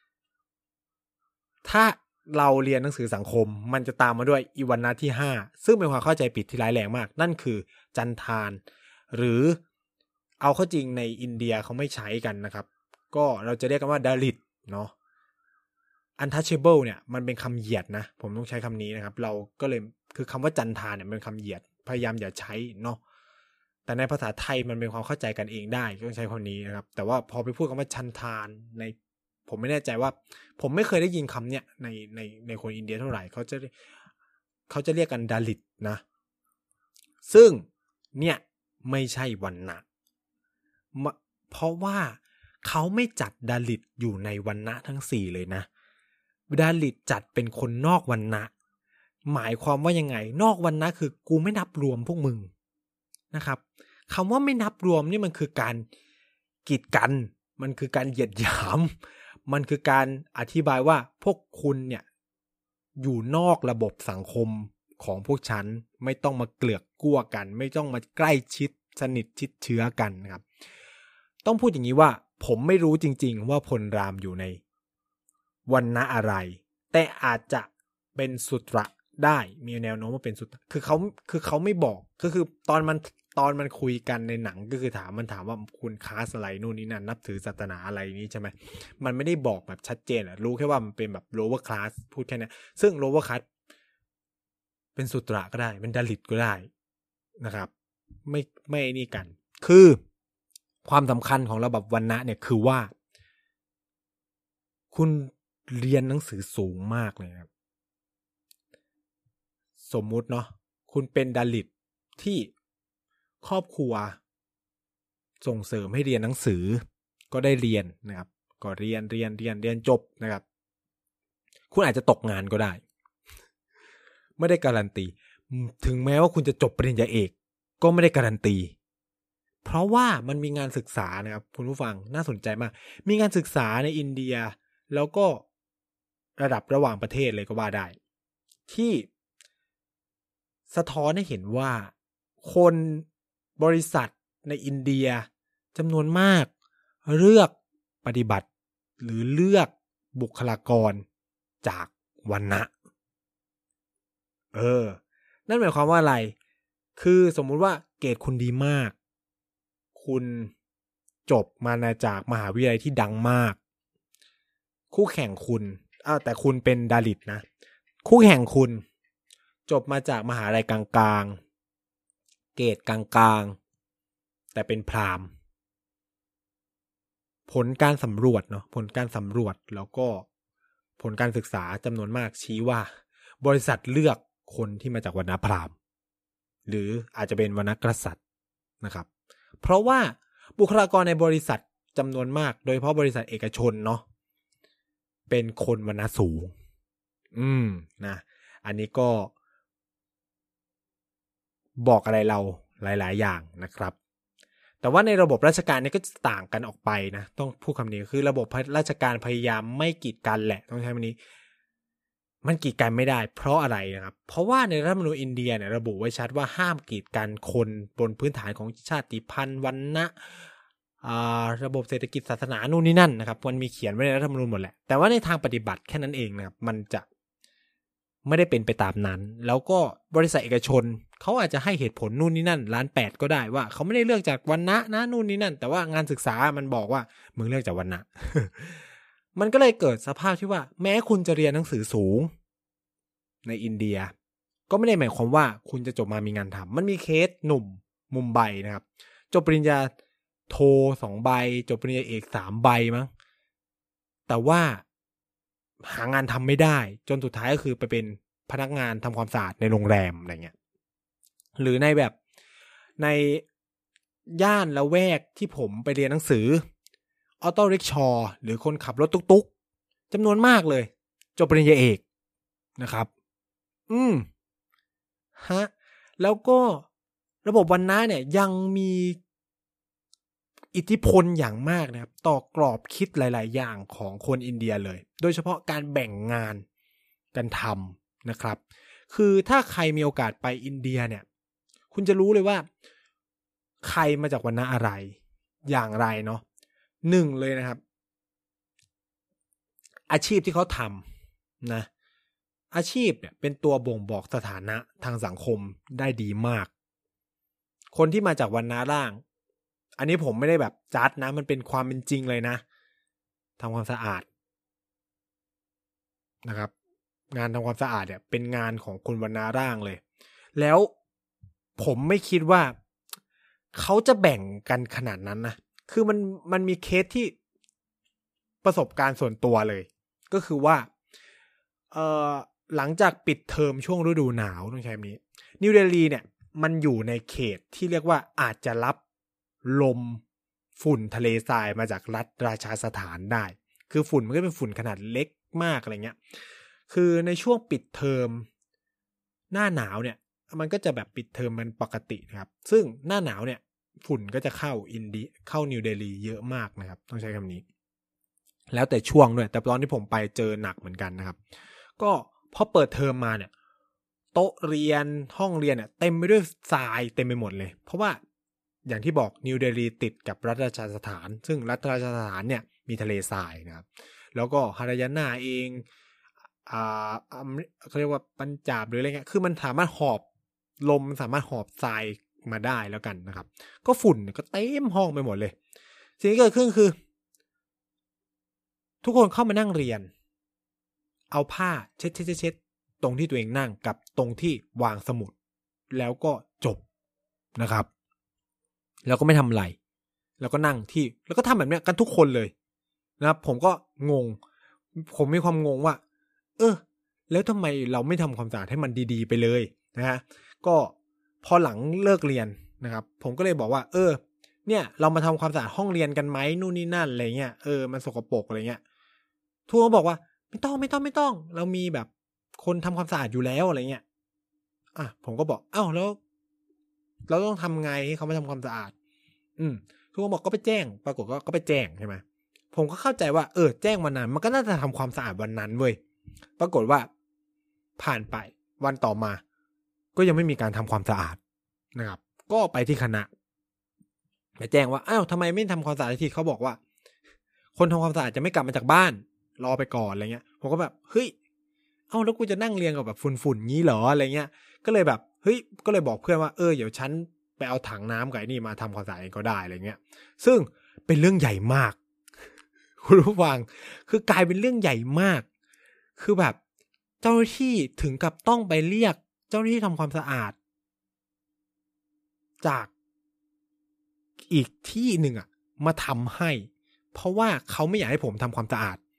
ถ้าเราเรียนหนังสือสังคมมันจะตามมาด้วยอีวรรณะที่5ซึ่งเป็นความเข้าใจผิดที่ร้ายแรงมากนั่นคือจันทานหรือเอาเข้าจริงในอินเดียเขาไม่ใช้กันนะครับก็เราจะเรียกกันว่าดาลิตเนาะ untouchable เนี่ยมันเป็นคำเหยียดนะผมต้องใช้คำนี้นะครับเราก็เลยคือคำว่าจันทานเนี่ยเป็นคำเหยียดพยายามอย่าใช้เนาะแต่ในภาษาไทยมันเป็นความเข้าใจกันเองได้ก็ต้องใช้คำนี้นะครับแต่ว่าพอไปพูดคำว่าชันทานในผมไม่แน่ใจว่าผมไม่เคยได้ยินคำเนี้ยในคนอินเดียเท่าไหร่เขาจะเรียกกันดาลิตนะซึ่งเนี่ยไม่ใช่วรรณะเพราะว่าเขาไม่จัดดาลิตอยู่ในวรรณะทั้ง4เลยนะดาลิตจัดเป็นคนนอกวรรณะหมายความว่ายังไงนอกวรรณะคือกูไม่นับรวมพวกมึงนะครับคำว่าไม่นับรวมนี่มันคือการกีดกันมันคือการเหยียดหยามมันคือการอธิบายว่าพวกคุณเนี่ยอยู่นอกระบบสังคมของพวกฉันไม่ต้องมาเกลือกกลัวกันไม่ต้องมาใกล้ชิดสนิทชิดเชื้อกันนะครับต้องพูดอย่างนี้ว่าผมไม่รู้จริงๆว่าพลรามอยู่ในวรรณะอะไรแต่อาจจะเป็นสุตระได้มีแนวโน้มว่าเป็นสุตระคือเขาไม่บอกก็คือตอนมันคุยกันในหนังก็คือมันถามว่าคุณคาสอะไรนู่นนี่นั่นนับถือศาสนาอะไรนี้ใช่ไหมมันไม่ได้บอกแบบชัดเจนอะรู้แค่ว่ามันเป็นแบบ lower class พูดแค่นี้ซึ่ง lower class เป็นสุตระก็ได้เป็นดาลิตก็ได้นะครับไม่นี่กันคือความสำคัญของระบบวรรณะเนี่ยคือว่าคุณเรียนหนังสือสูงมากเลยครับสมมุติเนาะคุณเป็นดาลิตที่ครอบครัวส่งเสริมให้เรียนหนังสือก็ได้เรียนนะครับก็เรียนจบนะครับคุณอาจจะตกงานก็ได้ไม่ได้การันตีถึงแม้ว่าคุณจะจบปริญญาเอกก็ไม่ได้การันตีเพราะว่ามันมีงานศึกษานะครับคุณผู้ฟังน่าสนใจมากมีงานศึกษาในอินเดียแล้วก็ระดับระหว่างประเทศเลยก็ว่าได้ที่สะท้อนให้เห็นว่าคนบริษัทในอินเดียจำนวนมากเลือกปฏิบัติหรือเลือกบุคลากรจากวรรณะนั่นหมายความว่าอะไรคือสมมุติว่าเกรดคุณดีมากคุณจบมาจากมหาวิทยาลัยที่ดังมากคู่แข่งคุณแต่คุณเป็นดาลิตนะคู่แข่งคุณจบมาจากมหาวิทยาลัยกลางๆเกรดกลางๆแต่เป็นพราหมณ์ผลการสำรวจแล้วก็ผลการศึกษาจำนวนมากชี้ว่าบริษัทเลือกคนที่มาจากวรรณพราหมณ์หรืออาจจะเป็นวรรณกษัตริย์นะครับเพราะว่าบุคลากรในบริษัทจำนวนมากโดยเฉพาะบริษัทเอกชนเนาะเป็นคนวรรณะสูงนะอันนี้ก็บอกอะไรเราหลายๆอย่างนะครับแต่ว่าในระบบราชการเนี่ยก็จะต่างกันออกไปนะต้องพูดคำนี้คือระบบราชการพยายามไม่กีดกันแหละต้องใช้คำนี้มันกีดกันไม่ได้เพราะอะไรนะครับเพราะว่าในรัฐธรรมนูญอินเดียเนี่ยระบุไว้ชัดว่าห้ามกีดกันคนบนพื้นฐานของชาติพันธุ์วรรณะระบบเศรษฐกิจศาสนานู่นนี่นั่นนะครับมันมีเขียนไว้ในรัฐธรรมนูญหมดแหละแต่ว่าในทางปฏิบัติแค่นั้นเองนะครับมันจะไม่ได้เป็นไปตามนั้นแล้วก็บริษัทเอกชนเขาอาจจะให้เหตุผลนู่นนี่นั่น1.8 ก็ได้ว่าเขาไม่ได้เลือกจากวรรณะนะนู่นนี่นั่นแต่ว่างานศึกษามันบอกว่ามึงเลือกจากวรรณะ มันก็เลยเกิดสภาพที่ว่าแม้คุณจะเรียนหนังสือสูงในอินเดียก็ไม่ได้หมายความว่าคุณจะจบมามีงานทำมันมีเคสหนุ่มมุมไบนะครับจบปริญญาโท2 ใบจบปริญญาเอก3 ใบมั้งแต่ว่าหางานทำไม่ได้จนสุดท้ายก็คือไปเป็นพนักงานทำความสะอาดในโรงแรมอะไรเงี้ยหรือในแบบในย่านละแวกที่ผมไปเรียนหนังสือออโต้ริกชอว์หรือคนขับรถตุ๊กๆจำนวนมากเลยจบปริญญาเอกนะครับฮะแล้วก็ระบบวรรณะเนี่ยยังมีอิทธิพลอย่างมากนะครับต่อกรอบคิดหลายๆอย่างของคนอินเดียเลยโดยเฉพาะการแบ่งงานกันทำนะครับคือถ้าใครมีโอกาสไปอินเดียเนี่ยคุณจะรู้เลยว่าใครมาจากวรรณะอะไรอย่างไรเนาะ1เลยนะครับอาชีพที่เขาทำนะอาชีพเนี่ยเป็นตัวบ่งบอกสถานะทางสังคมได้ดีมากคนที่มาจากวรรณะล่างอันนี้ผมไม่ได้แบบจัดนะมันเป็นความเป็นจริงเลยนะทำความสะอาดนะครับงานทำความสะอาดเนี่ยเป็นงานของคนวรรณะร่างเลยแล้วผมไม่คิดว่าเขาจะแบ่งกันขนาดนั้นนะคือมันมีเคสที่ประสบการณ์ส่วนตัวเลยก็คือว่าหลังจากปิดเทอมช่วงฤดูหนาวต้องใช้คำนี้นิวเดลีเนี่ยมันอยู่ในเขตที่เรียกว่าอาจจะรับลมฝุ่นทะเลทรายมาจากรัฐราชาสถานได้คือฝุ่นมันก็เป็นฝุ่นขนาดเล็กมากอะไรเงี้ยคือในช่วงปิดเทอมหน้าหนาวเนี่ยมันก็จะแบบปิดเทอมมันปกตินะครับซึ่งหน้าหนาวเนี่ยฝุ่นก็จะเข้านิวเดลีเยอะมากนะครับต้องใช้คำนี้แล้วแต่ช่วงด้วยแต่ตอนที่ผมไปเจอหนักเหมือนกันนะครับก็พอเปิดเทอมมาเนี่ยโต๊ะเรียนห้องเรียนเนี่ยเต็มไปด้วยทรายเต็มไปหมดเลยเพราะว่าอย่างที่บอกนิวเดลีติดกับรัฐราชาสถานซึ่งรัฐราชาสถานเนี่ยมีทะเลทรายนะครับแล้วก็ฮาริยานาเองเขาเรียกว่าปัญจาบหรืออะไรเงี้ยคือมันสามารถหอบลมสามารถหอบทรายมาได้แล้วกันนะครับก็ฝุ่นก็เต็มห้องไปหมดเลยสิ่งที่เกิดขึ้นคือทุกคนเข้ามานั่งเรียนเอาผ้าเช็ดตรงที่ตัวเองนั่งกับตรงที่วางสมุดแล้วก็จบนะครับแล้วก็ไม่ทำอะไรแล้วก็นั่งที่แล้วก็ทำแบบนี้กันทุกคนเลยนะครับผมก็งงผมมีความงงว่าแล้วทำไมเราไม่ทำความสะอาดให้มันดีๆไปเลยนะฮะก็พอหลังเลิกเรียนนะครับผมก็เลยบอกว่าเนี่ยเรามาทำความสะอาดห้องเรียนกันไหมนู่นนี่นั่นอะไรเงี้ยมันสกปรกอะไรเงี้ยทุกคนบอกว่าไม่ต้องเรามีแบบคนทำความสะอาดอยู่แล้วอะไรเงี้ยผมก็บอกแล้วเราต้องทำไงให้เขามาทำความสะอาดทุกคนบอกก็ไปแจ้งปรากฏก็ไปแจ้งใช่ไหมผมก็เข้าใจว่าแจ้งวันนั้นมันก็น่าจะทำความสะอาดวันนั้นเว้ยปรากฏว่าผ่านไปวันต่อมาก็ยังไม่มีการทำความสะอาดนะครับก็ไปที่คณะไปแจ้งว่าทำไมไม่ทำความสะอาดทีเขาบอกว่าคนทำความสะอาดจะไม่กลับมาจากบ้านรอไปก่อนอะไรเงี้ยผมก็แบบเฮ้ยแล้วกูจะนั่งเรียนกับแบบฝุ่นๆงี้เหรออะไรเงี้ยก็เลยแบบเฮ้ยก็เลยบอกเพื่อนว่าเดี๋ยวฉันไปเอาถังน้ำกับไอ้นี่มาทำความสะอาดเองก็ได้อะไรเงี้ยซึ่งเป็นเรื่องใหญ่มากคุณผู้ฟังคือกลายเป็นเรื่องใหญ่มากคือแบบเจ้าหน้าที่ถึงกับต้องไปเรียกเจ้าหน้าที่ทำความสะอาดจากอีกที่หนึ่งมาทำให้เพราะว่าเขาไม่อยากให้ผมทำความสะอาดเพ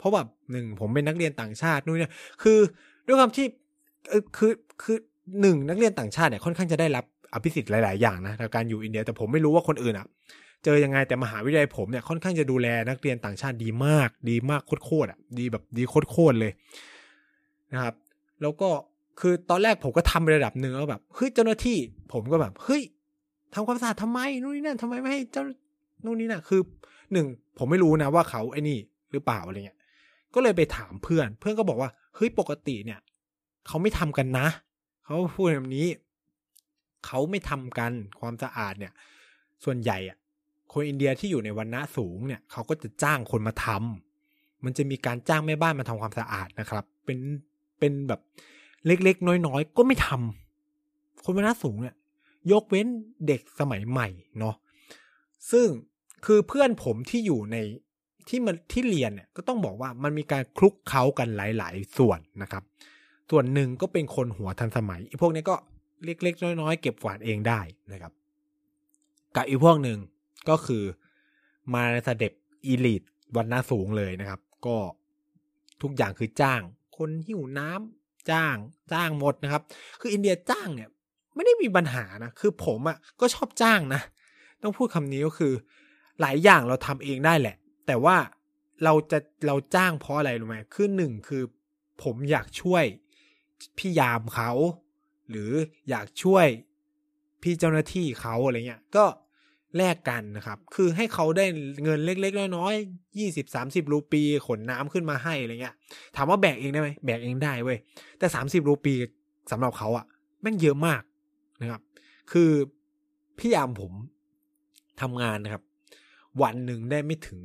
ราะแบบหนึ่งผมเป็นนักเรียนต่างชาตินู่นเนี่ยคือด้วยความที่คือหนึ่งนักเรียนต่างชาติเนี่ยค่อนข้างจะได้รับอภิสิทธิ์หลายๆอย่างนะในการอยู่อินเดียแต่ผมไม่รู้ว่าคนอื่นอ่ะเจอยังไงแต่มหาวิทยาลัยผมเนี่ยค่อนข้างจะดูแลนักเรียนต่างชาติดีมากโคตรอ่ะดีแบบดีโคตรเลยนะครับแล้วก็คือตอนแรกผมก็ทำไประดับหนึ่งแล้วแบบเฮ้ยเจ้าหน้าที่ผมก็แบบเฮ้ยทำความสะอาดทำไมนู่นนี่นั่นทำไมไม่ให้เจ้านู่นนี่นั่นคือหนึ่งผมไม่รู้นะว่าเขาไอ้นี่หรือเปล่าอะไรเงี้ยก็เลยไปถามเพื่อนก็บอกว่าเฮ้ยปกติเนี่ยเขาไม่ทำกันนะเขาพูดแบบนี้เขาไม่ทำกันความสะอาดเนี่ยส่วนใหญ่อะคนอินเดียที่อยู่ในวรรณะสูงเนี่ยเขาก็จะจ้างคนมาทำมันจะมีการจ้างแม่บ้านมาทำความสะอาดนะครับเป็นแบบเล็กๆน้อยๆก็ไม่ทำคนวรรณะสูงเนี่ยยกเว้นเด็กสมัยใหม่เนาะซึ่งคือเพื่อนผมที่อยู่ในที่เรียนเนี่ยก็ต้องบอกว่ามันมีการคลุกเคล้ากันหลายๆส่วนนะครับส่วนหนึ่งก็เป็นคนหัวทันสมัยอีพวกนี้ก็เล็กๆน้อยๆเก็บกวาดเองได้นะครับกับอีพวกหนึ่งก็คือมาในสเต็ปอีลิทวรรณะสูงเลยนะครับก็ทุกอย่างคือจ้างคนหิวน้ำจ้างหมดนะครับคืออินเดียจ้างเนี่ยไม่ได้มีปัญหานะคือผมอ่ะก็ชอบจ้างนะต้องพูดคำนี้ก็คือหลายอย่างเราทำเองได้แหละแต่ว่าเราจ้างเพราะอะไรรู้ไหมคือหนึ่งคือผมอยากช่วยพี่ยามเขาหรืออยากช่วยพี่เจ้าหน้าที่เขาอะไรเงี้ยก็แลกกันนะครับคือให้เขาได้เงินเล็กๆน้อยๆ20-30 รูปีขนน้ำขึ้นมาให้อะไรเงี้ยถามว่าแบกเองได้ไหมแบกเองได้เว้ยแต่30 รูปีสำหรับเขาอ่ะแม่งเยอะมากนะครับคือพี่ยามผมทำงานนะครับวันหนึ่งได้ไม่ถึง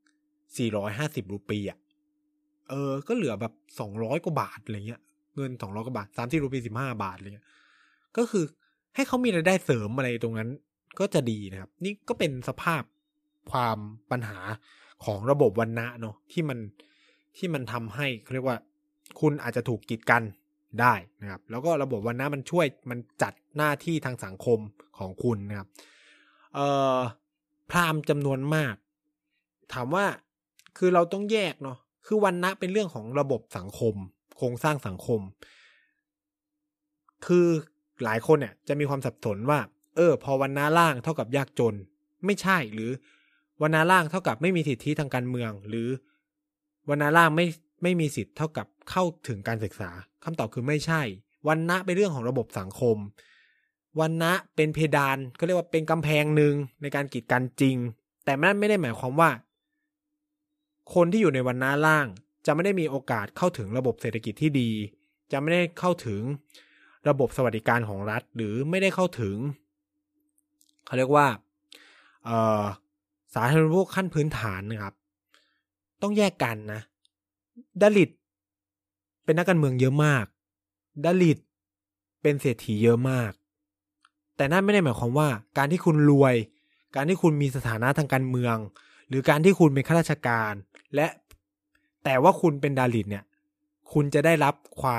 450 รูปีอ่ะก็เหลือแบบ200 กว่าบาทอะไรเงี้ยเงิน200 กว่าบาท30 รูปี15 บาทอะไรเงี้ยก็คือให้เขามีรายได้เสริมอะไรตรงนั้นก็จะดีนะครับนี่ก็เป็นสภาพความปัญหาของระบบวรรณะเนาะที่มันทำให้เขาเรียกว่าคุณอาจจะถูกกีดกันได้นะครับแล้วก็ระบบวรรณะมันช่วยมันจัดหน้าที่ทางสังคมของคุณนะครับพราหมณ์จำนวนมากถามว่าคือเราต้องแยกเนาะคือวรรณะเป็นเรื่องของระบบสังคมโครงสร้างสังคมคือหลายคนเนี่ยจะมีความสับสนว่าพอวรรณะล่างเท่ากับยากจนไม่ใช่หรือวรรณะล่างเท่ากับไม่มีสิทธิทางการเมืองหรือวรรณะล่างไม่มีสิทธิ์เท่ากับเข้าถึงการศึกษาคำตอบคือไม่ใช่วรรณะเป็นเรื่องของระบบสังคมวรรณะเป็นเพดานก็เรียกว่าเป็นกำแพงหนึ่งในการกีดกันจริงแต่นั่นไม่ได้หมายความว่าคนที่อยู่ในวรรณะล่างจะไม่ได้มีโอกาสเข้าถึงระบบเศรษฐกิจที่ดีจะไม่ได้เข้าถึงระบบสวัสดิการของรัฐหรือไม่ได้เข้าถึงเขาเรียกว่าสาธารณูปโภคขั้นพื้นฐานนะครับต้องแยกกันนะดลิตเป็นนักการเมืองเยอะมากดลิตเป็นเศรษฐีเยอะมากแต่นั่นไม่ได้หมายความว่าการที่คุณรวยการที่คุณมีสถานะทางการเมืองหรือการที่คุณเป็นข้าราชการและแต่ว่าคุณเป็นดลิตเนี่ยคุณจะได้รับความ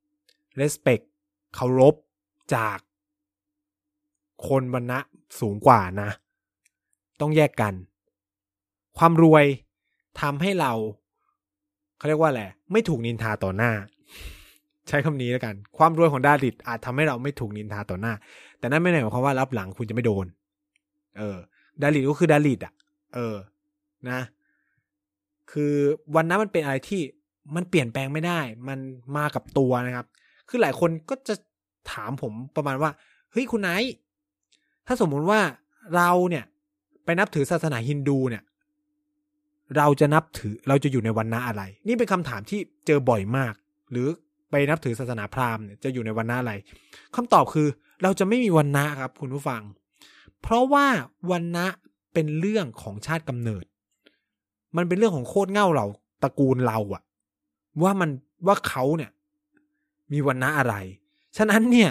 respect เคารพจากคนวรรณะสูงกว่านะต้องแยกกันความรวยทำให้เราเขาเรียกว่าอะไรไม่ถูกนินทาต่อหน้าใช้คำนี้แล้วกันความรวยของดาริตอาจทำให้เราไม่ถูกนินทาต่อหน้าแต่นั่นไม่ได้หมายความว่ารับหลังคุณจะไม่โดนดาริตก็คือดาริตอ่ะนะคือวันนั้นมันเป็นอะไรที่มันเปลี่ยนแปลงไม่ได้มันมากับตัวนะครับคือหลายคนก็จะถามผมประมาณว่าเฮ้ยคุณไนท์ถ้าสมมุติว่าเราเนี่ยไปนับถือศาสนาฮินดูเนี่ยเราจะอยู่ในวรรณะอะไรนี่เป็นคำถามที่เจอบ่อยมากหรือไปนับถือศาสนาพราหมณ์เนี่ยจะอยู่ในวรรณะอะไรคำตอบคือเราจะไม่มีวรรณะครับคุณผู้ฟังเพราะว่าวรรณะเป็นเรื่องของชาติกำเนิดมันเป็นเรื่องของโคตรเง่าเราตระกูลเราอะว่าเขาเนี่ยมีวรรณะอะไรฉะนั้นเนี่ย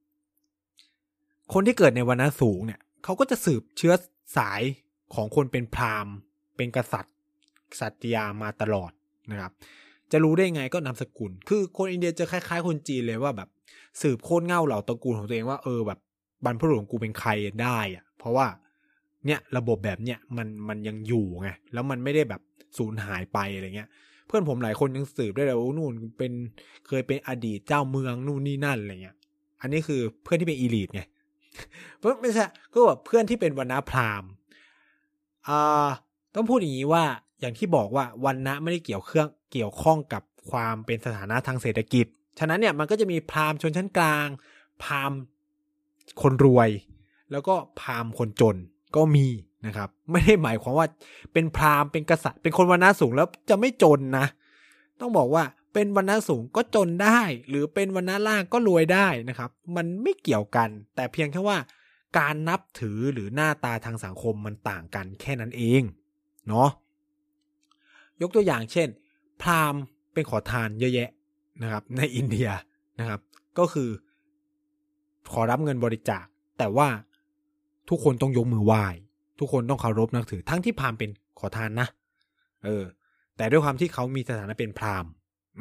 คนที่เกิดในวรรณะสูงเนี่ยเขาก็จะสืบเชื้อสายของคนเป็นพราหมณ์เป็นกษัตริย์สัตยามาตลอดนะครับจะรู้ได้ไงก็นามสกุลคือคนอินเดียจะคล้ายๆคนจีนเลยว่าแบบสืบโคตรเง่าเหล่าตระกูลของตัวเองว่าแบบบรรพบุรุษของกูเป็นใครได้อะเพราะว่าเนี่ยระบบแบบเนี้ยมันยังอยู่ไงแล้วมันไม่ได้แบบสูญหายไปอะไรเงี้ยเพื่อนผมหลายคนยังสืบได้เลยว่านู่นเคยเป็นอดีตเจ้าเมืองนู่นนี่นั่นอะไรเงี้ยอันนี้คือเพื่อนที่เป็นอีลีทไงเพราะไม่ใช่ก็แบบเพื่อนที่เป็นวรรณะพราหมณ์ต้องพูดอย่างนี้ว่าอย่างที่บอกว่าวรรณะไม่ได้เกี่ยวข้องกับความเป็นสถานะทางเศรษฐกิจฉะนั้นเนี่ยมันก็จะมีพราหมณ์ชนชั้นกลางพราหมณ์คนรวยแล้วก็พราหมณ์คนจนก็มีนะครับไม่ได้หมายความว่าเป็นพราหมณ์เป็นกษัตริย์เป็นคนวรรณะสูงแล้วจะไม่จนนะต้องบอกว่าเป็นวรรณะสูงก็จนได้หรือเป็นวรรณะล่างก็รวยได้นะครับมันไม่เกี่ยวกันแต่เพียงแค่ว่าการนับถือหรือหน้าตาทางสังคมมันต่างกันแค่นั้นเองเนาะยกตัวอย่างเช่นพราหมณ์เป็นขอทานเยอะแยะนะครับในอินเดียนะครับก็คือขอรับเงินบริจาคแต่ว่าทุกคนต้องยกมือไหว้ทุกคนต้องเคารพนับถือทั้งที่พราหมณ์เป็นขอทานนะแต่ด้วยความที่เขามีสถานะเป็นพราหมณ์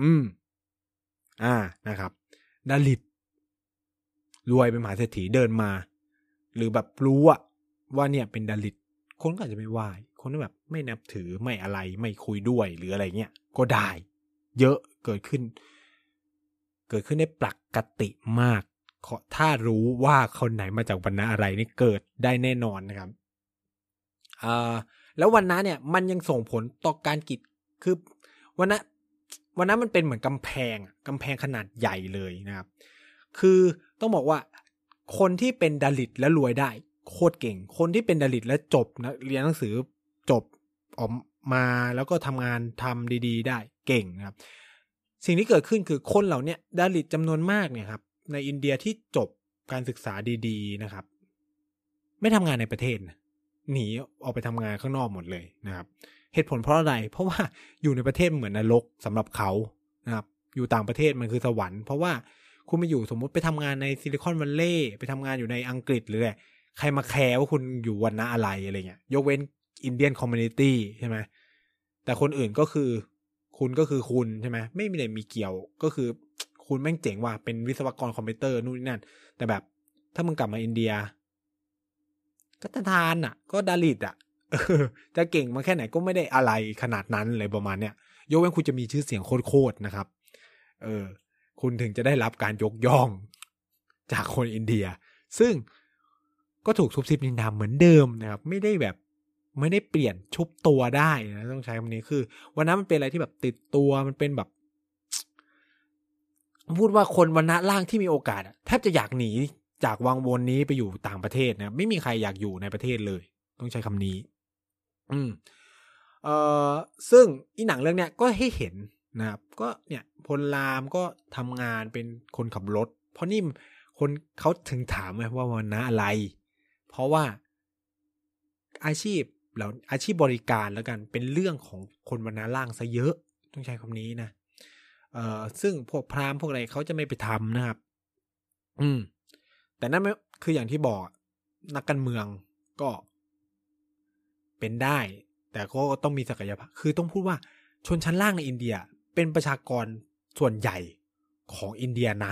นะครับดาลิตรวยเป็นมหาเศรษฐีเดินมาหรือแบบรู้ว่าเนี่ยเป็นดาลิตคนก็อาจจะไม่ไหว้คนก็แบบไม่นับถือไม่อะไรไม่คุยด้วยหรืออะไรเงี้ยก็ได้เยอะเกิดขึ้นได้ปกติมากถ้ารู้ว่าคนไหนมาจากวรรณะอะไรนี่เกิดได้แน่นอนนะครับแล้ววรรณะเนี่ยมันยังส่งผลต่อการกิจคือวรรณะมันเป็นเหมือนกำแพงขนาดใหญ่เลยนะครับคือต้องบอกว่าคนที่เป็นดาลิตและรวยได้โคตรเก่งคนที่เป็นดาลิตและจบนะเรียนหนังสือจบออกมาแล้วก็ทำงานทำดีๆได้เก่งนะครับสิ่งที่เกิดขึ้นคือคนเหล่านี้ดาลิตจำนวนมากเนี่ยครับในอินเดียที่จบการศึกษาดีๆนะครับไม่ทำงานในประเทศนะหนีออกไปทำงานข้างนอกหมดเลยนะครับเหตุผลเพราะอะไรเพราะว่าอยู่ในประเทศเหมือนนรกสำหรับเขานะครับอยู่ต่างประเทศมันคือสวรรค์เพราะว่าคุณไปอยู่สมมุติไปทำงานในซิลิคอนวัลเลย์ไปทำงานอยู่ในอังกฤษหรืออะไรใครมาแคร์ว่าคุณอยู่วรรณะอะไรอะไรเงี้ยยกเว้นอินเดียนคอมมูนิตี้ใช่ไหมแต่คนอื่นก็คือคุณก็คือคุณใช่ไหมไม่มีอะไรมีเกี่ยวก็คือคุณแม่งเจ๋งว่ะเป็นวิศวกรคอมพิวเตอร์นู่นนี่นั่นแต่แบบถ้ามึงกลับมาอินเดียก็ทานก็ดาลิตจะเก่งมาแค่ไหนก็ไม่ได้อะไรขนาดนั้นเลยประมาณเนี้ยยกเว้นคุณจะมีชื่อเสียงโคตรนะครับคุณถึงจะได้รับการยกย่องจากคนอินเดียซึ่งก็ถูกซุบซิบนินทาเหมือนเดิมนะครับไม่ได้เปลี่ยนชุบตัวได้นะต้องใช้คำนี้คือวันนั้นมันเป็นอะไรที่แบบติดตัวมันเป็นแบบพูดว่าคนวรรณะล่างที่มีโอกาสแทบจะอยากหนีจากวังวนนี้ไปอยู่ต่างประเทศนะไม่มีใครอยากอยู่ในประเทศเลยต้องใช้คำนี้ซึ่งอีหนังเรื่องเนี้ยก็ให้เห็นนะครับก็เนี่ยพลรามก็ทำงานเป็นคนขับรถเพราะนี่คนเขาถึงถามไงว่าวรรณะอะไรเพราะว่าอาชีพบริการแล้วกันเป็นเรื่องของคนวรรณะล่างซะเยอะต้องใช้คำนี้นะซึ่งพวกพราหมณ์พวกอะไรเขาจะไม่ไปทำนะครับแต่นั่นไม่คืออย่างที่บอกนักการเมืองก็เป็นได้แต่ก็ต้องมีศักยภาพคือต้องพูดว่าชนชั้นล่างในอินเดียเป็นประชากรส่วนใหญ่ของอินเดียนะ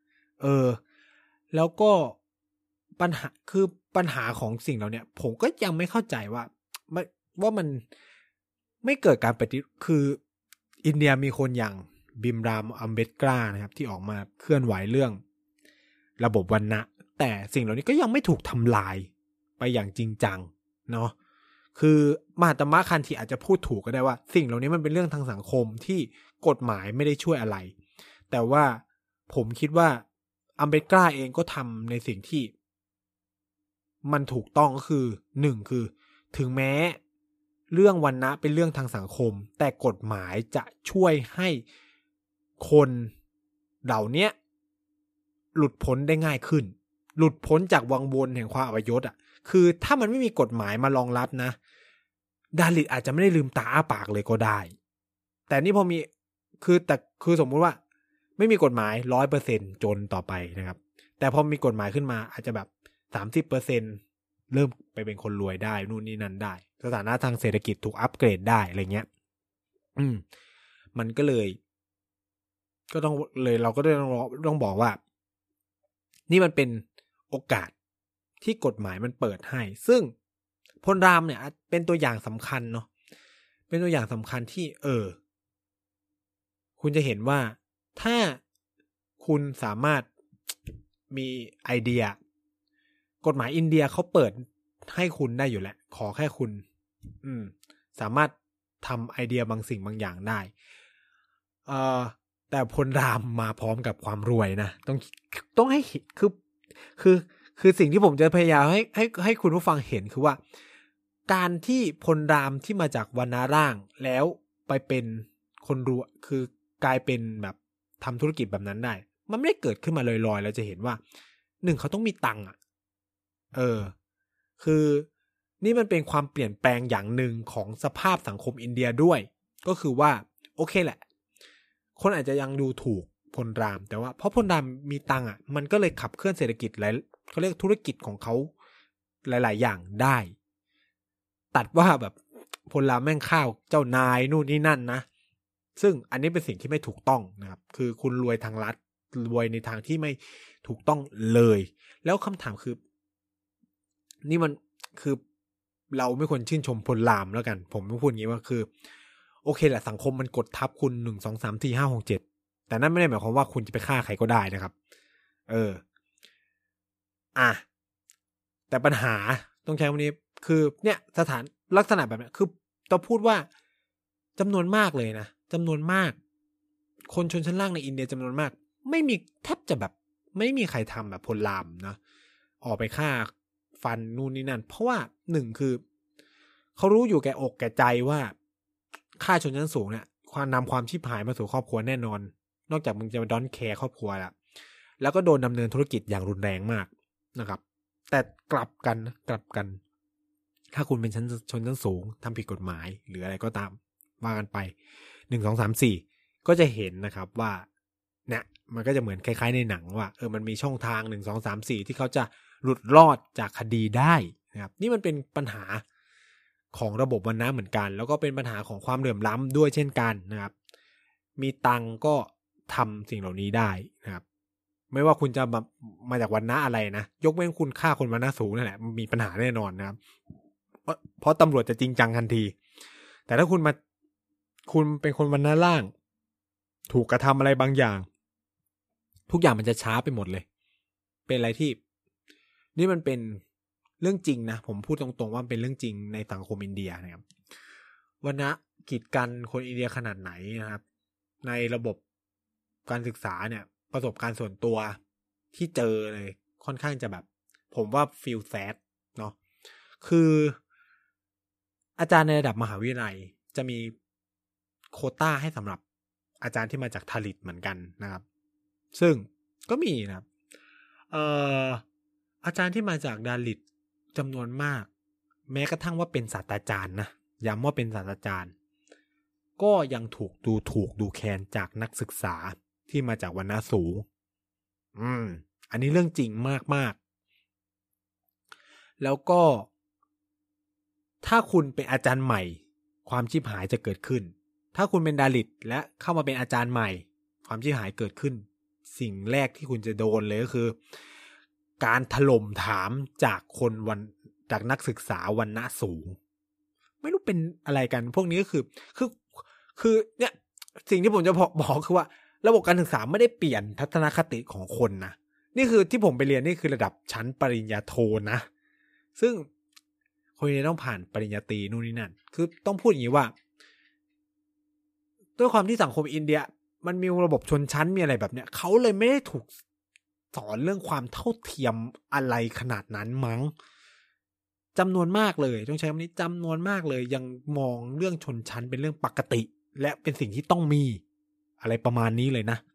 แล้วก็ปัญหาของสิ่งเหล่านี้ผมก็ยังไม่เข้าใจว่ามันไม่เกิดการปฏิคืออินเดียมีคนอย่างบิมรามอัมเบดกรานะครับที่ออกมาเคลื่อนไหวเรื่องระบบวรรณะแต่สิ่งเหล่านี้ก็ยังไม่ถูกทำลายไปอย่างจริงจังเนาะคือมหาตมะคันธีอาจจะพูดถูกก็ได้ว่าสิ่งเหล่านี้มันเป็นเรื่องทางสังคมที่กฎหมายไม่ได้ช่วยอะไรแต่ว่าผมคิดว่าอัมเบดกราเองก็ทำในสิ่งที่มันถูกต้องก็คือ1คือถึงแม้เรื่องวรรณะเป็นเรื่องทางสังคมแต่กฎหมายจะช่วยให้คนเหล่านี้หลุดพ้นได้ง่ายขึ้นหลุดพ้นจากวังวนแห่งความอัปยศคือถ้ามันไม่มีกฎหมายมารองรับนะดาลิตอาจจะไม่ได้ลืมตาอ้าปากเลยก็ได้แต่นี่พอมีคือสมมุติว่าไม่มีกฎหมาย 100% จนต่อไปนะครับแต่พอมีกฎหมายขึ้นมาอาจจะแบบ 30% เริ่มไปเป็นคนรวยได้นู่นนี่นั่นได้สถานะทางเศรษฐกิจถูกอัปเกรดได้อะไรเงี้ยมันก็เลยก็ต้องเลยเราก็ต้องบอกว่านี่มันเป็นโอกาสที่กฎหมายมันเปิดให้ซึ่งพลรามเนี่ยเป็นตัวอย่างสำคัญเนาะเป็นตัวอย่างสำคัญที่คุณจะเห็นว่าถ้าคุณสามารถมีไอเดียกฎหมายอินเดียเขาเปิดให้คุณได้อยู่แหละขอแค่คุณสามารถทำไอเดียบางสิ่งบางอย่างได้แต่พลรามมาพร้อมกับความรวยนะต้องให้คือสิ่งที่ผมจะพยายามให้คุณผู้ฟังเห็นคือว่าการที่พลรามที่มาจากวรรณะร่างแล้วไปเป็นคนรวยคือกลายเป็นแบบทำธุรกิจแบบนั้นได้มันไม่ได้เกิดขึ้นมาลอยๆแล้วจะเห็นว่าหนึ่งเขาต้องมีตังค์คือนี่มันเป็นความเปลี่ยนแปลงอย่างหนึ่งของสภาพสังคมอินเดียด้วยก็คือว่าโอเคแหละคนอาจจะยังดูถูกพลรามแต่ว่าเพราะพลรามมีตังค์มันก็เลยขับเคลื่อนเศรษฐกิจเขาเรียกธุรกิจของเขาหลายๆอย่างได้ตัดว่าแบบพลรามแม่งข้าวเจ้านายนู่นนี่นั่นนะซึ่งอันนี้เป็นสิ่งที่ไม่ถูกต้องนะครับคือคุณรวยทางรัฐรวยในทางที่ไม่ถูกต้องเลยแล้วคำถามคือนี่มันคือเราไม่ควรชื่นชมพลรามแล้วกันผมต้องพูดอย่างนี้ว่าคือโอเคแหละสังคมมันกดทับคุณ1 2 3 4 5 6 7แต่นั่นไม่ได้หมายความว่าคุณจะไปฆ่าใครก็ได้นะครับแต่ปัญหาต้องใช้คำนี้คือเนี่ยสถานลักษณะแบบนี้คือต้องพูดว่าจำนวนมากเลยนะจำนวนมากคนชนชั้นล่างในอินเดียจำนวนมากไม่มีแทบจะแบบไม่มีใครทำแบบพลรามนะออกไปฆ่าฟันนู่นนี่นั่นเพราะว่าหนึ่งคือเขารู้อยู่แก่อกแก่ใจว่าค่าชนชั้นสูงเนี่ยความนำความชิบหายมาสู่ครอบครัวแน่นอนนอกจากมึงจะมาดอนแคร์ครอบครัวแล้วก็โดนดำเนินธุรกิจอย่างรุนแรงมากนะครับแต่กลับกันถ้าคุณเป็นชนชั้นสูงทำผิดกฎหมายหรืออะไรก็ตามว่ากันไป1 2 3 4ก็จะเห็นนะครับว่าเนี่ยมันก็จะเหมือนคล้ายๆในหนังว่ามันมีช่องทาง1 2 3 4ที่เขาจะหลุดรอดจากคดีได้นะครับนี่มันเป็นปัญหาของระบบวรรณะเหมือนกันแล้วก็เป็นปัญหาของความเหลื่อมล้ำด้วยเช่นกันนะครับมีตังก็ทำสิ่งเหล่านี้ได้นะครับไม่ว่าคุณจะมาจากวรรณะอะไรนะยกเว้นคุณฆ่าคนวรรณะสูงนั่นแหละมีปัญหาแน่นอนนะครับเพราะตำรวจจะจริงจังทันทีแต่ถ้าคุณเป็นคนวรรณะล่างถูกกระทำอะไรบางอย่างทุกอย่างมันจะช้าไปหมดเลยเป็นอะไรที่นี่มันเป็นเรื่องจริงนะผมพูดตรงๆว่าเป็นเรื่องจริงในสังคมอินเดียนะครับวรรณะกีดกันคนอินเดียขนาดไหนนะครับในระบบการศึกษาเนี่ยประสบการณ์ส่วนตัวที่เจอเลยค่อนข้างจะแบบผมว่าฟีลแซดเนาะคืออาจารย์ในระดับมหาวิทยาลัยจะมีโควต้าให้สำหรับอาจารย์ที่มาจากทาลิตเหมือนกันนะครับซึ่งก็มีนะครับอาจารย์ที่มาจากดาลิตจำนวนมากแม้กระทั่งว่าเป็นศาสตราจารย์นะย้ำว่าเป็นศาสตราจารย์ก็ยังถูกดูแคลนจากนักศึกษาที่มาจากวรรณะสูงอันนี้เรื่องจริงมากๆแล้วก็ถ้าคุณเป็นอาจารย์ใหม่ความชิบหายจะเกิดขึ้นถ้าคุณเป็นดาลิตและเข้ามาเป็นอาจารย์ใหม่ความชิบหายเกิดขึ้นสิ่งแรกที่คุณจะโดนเลยก็คือการถล่มถามจากนักศึกษาวรรณะสูงไม่รู้เป็นอะไรกันพวกนี้ก็คือเนี่ยสิ่งที่ผมจะบอกคือว่าระบบการศึกษาไม่ได้เปลี่ยนทัศนคติของคนนะนี่คือที่ผมไปเรียนนี่คือระดับชั้นปริญญาโทนะซึ่งคนนี้ต้องผ่านปริญญาตรีนู่นนี่นั่นคือต้องพูดอย่างนี้ว่าด้วยความที่สังคมอินเดียมันมีระบบชนชั้นมีอะไรแบบเนี้ยเขาเลยไม่ได้ถูกสอนเรื่องความเท่าเทียมอะไรขนาดนั้นมั้งจำนวนมากเลยต้องใช้คำนี้จำนวนมากเลยยังมองเรื่องชนชั้นเป็นเรื่องปกติและเป็นสิ่งที่ต้องมีอะไรประมาณนี้เลยนะ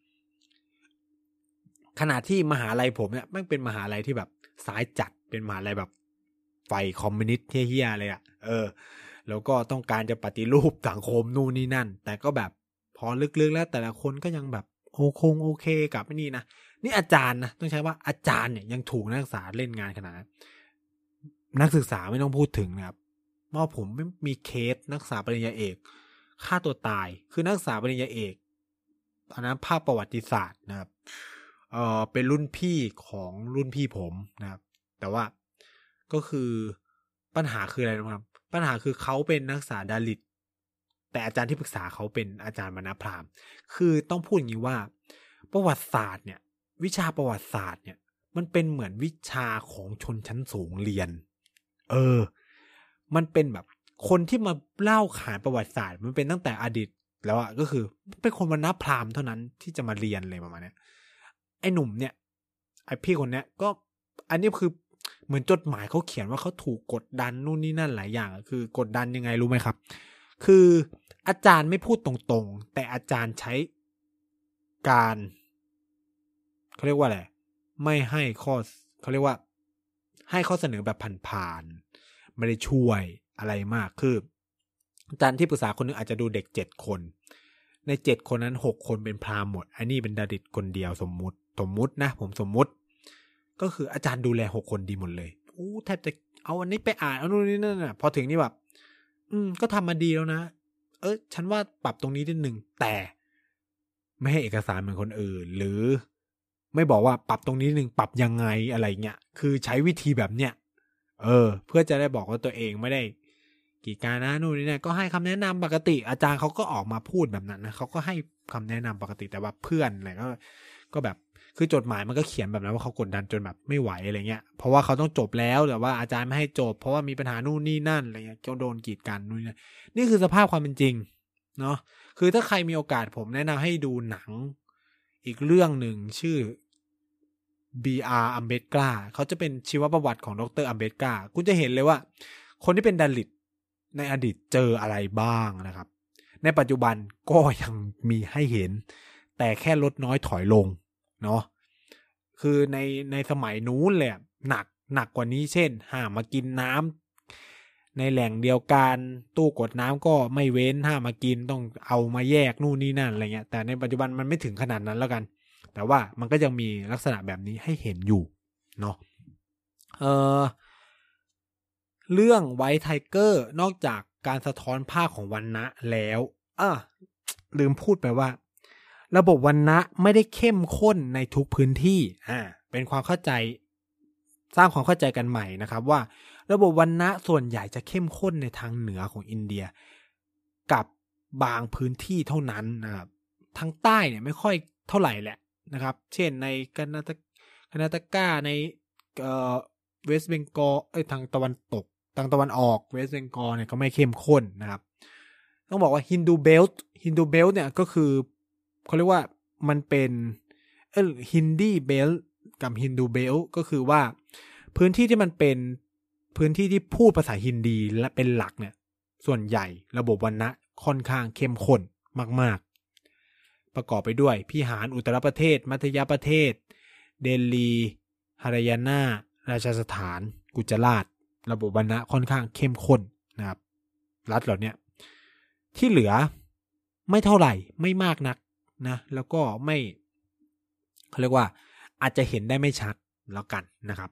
ขณะที่มหาลัยผมเนี่ยมันเป็นมหาลัยที่แบบซ้ายจัดเป็นมหาลัยแบบไฟคอมมิวนิสต์เฮี้ยๆเลยแล้วก็ต้องการจะปฏิรูปสังคมนู่นนี่นั่นแต่ก็แบบพอลึกๆแล้วแต่ละคนก็ยังแบบโอเคกับนี่นะนี่อาจารย์นะต้องใช้ว่าอาจารย์เนี่ยยังถูกนักศึกษาเล่นงานขนาดนั้นนักศึกษาไม่ต้องพูดถึงนะครับเมื่อผมมีเคสนักศึกษาปริญญาเอกฆ่าตัวตายคือนักศึกษาปริญญาเอกอันนั้นภาพประวัติศาสตร์นะครับเป็นรุ่นพี่ของรุ่นพี่ผมนะครับแต่ว่าก็คือปัญหาคืออะไรนะครับปัญหาคือเขาเป็นนักศึกษาดาลิตแต่อาจารย์ที่ปรึกษาเขาเป็นอาจารย์วรรณพราหมณ์คือต้องพูดอย่างนี้ว่าประวัติศาสตร์เนี่ยวิชาประวัติศาสตร์เนี่ยมันเป็นเหมือนวิชาของชนชั้นสูงเรียนมันเป็นแบบคนที่มาเล่าขานประวัติศาสตร์มันเป็นตั้งแต่อดีตแล้วอะก็คือเป็นคนวรรณพราหมณ์เท่านั้นที่จะมาเรียนเลยประมาณนี้ไอ้หนุ่มเนี่ยไอ้พี่คนเนี้ยก็อันนี้คือเหมือนจดหมายเขาเขียนว่าเขาถูกกดดันนู่นนี่นั่นหลายอย่างคือกดดันยังไงรู้ไหมครับคืออาจารย์ไม่พูดตรงๆแต่อาจารย์ใช้การเขาเรียกว่าอะไรไม่ให้ข้อเขาเรียกว่าให้ข้อเสนอแบบผ่านๆไม่ได้ช่วยอะไรมากคืออาจารย์ที่ปรึกษาคนนึงอาจจะดูเด็ก7คนใน7คนนั้น6คนเป็นพราหมณ์หมดอันนี้เป็นดาริดคนเดียวสมมุตินะผมสมมุติก็คืออาจารย์ดูแล6คนดีหมดเลยแทบจะเอาอันนี้ไปอ่านเอานู่นนี่นั่นน่ะพอถึงนี่แบบก็ทำมาดีแล้วนะฉันว่าปรับตรงนี้นิดนึงแต่ไม่ให้เอกสารเหมือนคนอื่นหรือไม่บอกว่าปรับตรงนี้นิดนึงปรับยังไงอะไรเงี้ยคือใช้วิธีแบบเนี้ยเพื่อจะได้บอกว่าตัวเองไม่ได้กีดกันนะนู่นนี่นั่นก็ให้คำแนะนำปกติอาจารย์เขาก็ออกมาพูดแบบนั้นนะเขาก็ให้คำแนะนำปกติแต่ว่าเพื่อนอะไรก็แบบคือจดหมายมันก็เขียนแบบนั้นว่าเขากดดันจนแบบไม่ไหวอะไรเงี้ยเพราะว่าเขาต้องจบแล้วแต่ว่าอาจารย์ไม่ให้จบเพราะว่ามีปัญหานู่นนี่นั่นอะไรเงี้ยก็โดนกีดกันนู่นนี่คือสภาพความเป็นจริงเนาะคือถ้าใครมีโอกาสผมแนะนำให้ดูหนังอีกเรื่องหนึ่งชื่อ B.R. อัมเบดกาเขาจะเป็นชีวประวัติของดร. อัมเบดกาคุณจะเห็นเลยว่าคนที่เป็นดาลิตในอดีตเจออะไรบ้างนะครับในปัจจุบันก็ยังมีให้เห็นแต่แค่ลดน้อยถอยลงเนาะคือในสมัยนู้นเลยหนักกว่านี้เช่นห้ามมากินน้ำในแหล่งเดียวกันตู้กดน้ำก็ไม่เว้นห้ามมากินต้องเอามาแยกนู่นนี่นั่นอะไรเงี้ยแต่ในปัจจุบันมันไม่ถึงขนาดนั้นแล้วกันแต่ว่ามันก็ยังมีลักษณะแบบนี้ให้เห็นอยู่เนาะเรื่องไวท์ไทเกอร์นอกจากการสะท้อนภาพของวรรณะแล้วลืมพูดไปว่าระบบวรรณะไม่ได้เข้มข้นในทุกพื้นที่เป็นความเข้าใจสร้างความเข้าใจกันใหม่นะครับว่าระบบวรรณะส่วนใหญ่จะเข้มข้นในทางเหนือของอินเดียกับบางพื้นที่เท่านั้นนะครับทางใต้เนี่ยไม่ค่อยเท่าไหร่แหละนะครับเช่นในกานาตกาในเวสต์เบงกอลทางตะวันตกทางตะวันออกเวสต์เบงกอลเนี่ยก็ไม่เข้มข้นนะครับต้องบอกว่าฮินดูเบลต์เนี่ยก็คือเขาเรียกว่ามันเป็นฮินดีเบลต์กับฮินดูเบลต์ก็คือว่าพื้นที่ที่มันเป็นพื้นที่ที่พูดภาษาฮินดีและเป็นหลักเนี่ยส่วนใหญ่ระบบวรรณะค่อนข้างเข้มข้นมากๆประกอบไปด้วยพิหารอุตรประเทศมัธยประเทศเดลีฮารายานาราชสถานกุจราตระบบวรรณะค่อนข้างเข้มข้นนะครับรัฐเหล่านี้ที่เหลือไม่เท่าไหร่ไม่มากนักนะแล้วก็ไม่เขาเรียกว่าอาจจะเห็นได้ไม่ชัดแล้วกันนะครับ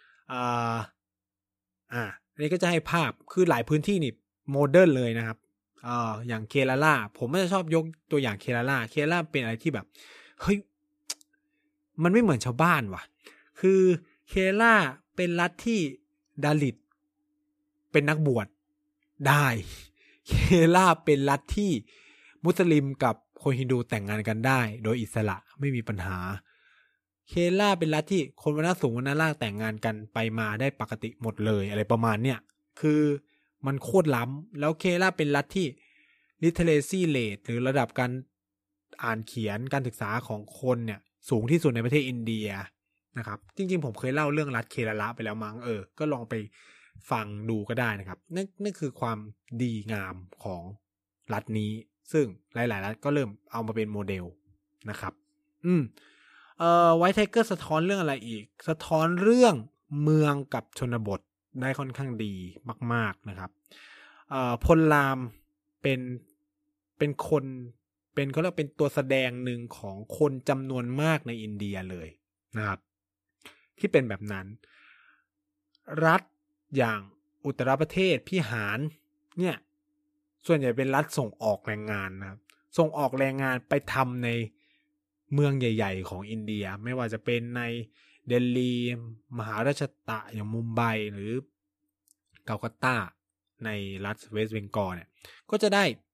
อันนี้ก็จะให้ภาพคือหลายพื้นที่นี่โมเดิร์นเลยนะครับอย่างเคราลาผมไม่ชอบยกตัวอย่างเคราลาเป็นอะไรที่แบบเฮ้ยมันไม่เหมือนชาวบ้านว่ะคือเคราลาเป็นรัฐที่ดาลิตเป็นนักบวชได้เคราลาเป็นรัฐที่มุสลิมกับคนฮินดูแต่งงานกันได้โดยอิสระไม่มีปัญหาเคราลาเป็นรัฐที่คนวรรณะสูงวรรณะล่างแต่งงานกันไปมาได้ปกติหมดเลยอะไรประมาณเนี้ยคือมันโคตรล้ำแล้วเคราลาเป็นรัฐที่ literacy rate หรือระดับการอ่านเขียนการศึกษาของคนเนี่ยสูงที่สุดในประเทศอินเดียนะครับจริงๆผมเคยเล่าเรื่องรัฐเคราลาไปแล้วมั้งก็ลองไปฟังดูก็ได้นะครับนั่นคือความดีงามของรัฐนี้ซึ่งหลายๆรัฐก็เริ่มเอามาเป็นโมเดลนะครับไวท์ไทเกอร์สะท้อนเรื่องอะไรอีกสะท้อนเรื่องเมืองกับชนบทได้ค่อนข้างดีมากๆนะครับพลรามเป็นคนเป็นเขาเรียกเป็นตัวแสดงหนึ่งของคนจำนวนมากในอินเดียเลยนะครับที่เป็นแบบนั้นรัฐอย่างอุตรประเทศพิหารเนี่ยส่วนใหญ่เป็นรัฐส่งออกแรงงานนะครับส่งออกแรงงานไปทำในเมืองใหญ่ๆของอินเดียไม่ว่าจะเป็นในเดลีมหาราชตะอย่างมุมไบหรือกัลกัตตาในรัฐเวสต์เบงกอลเนี่ยก็จะได้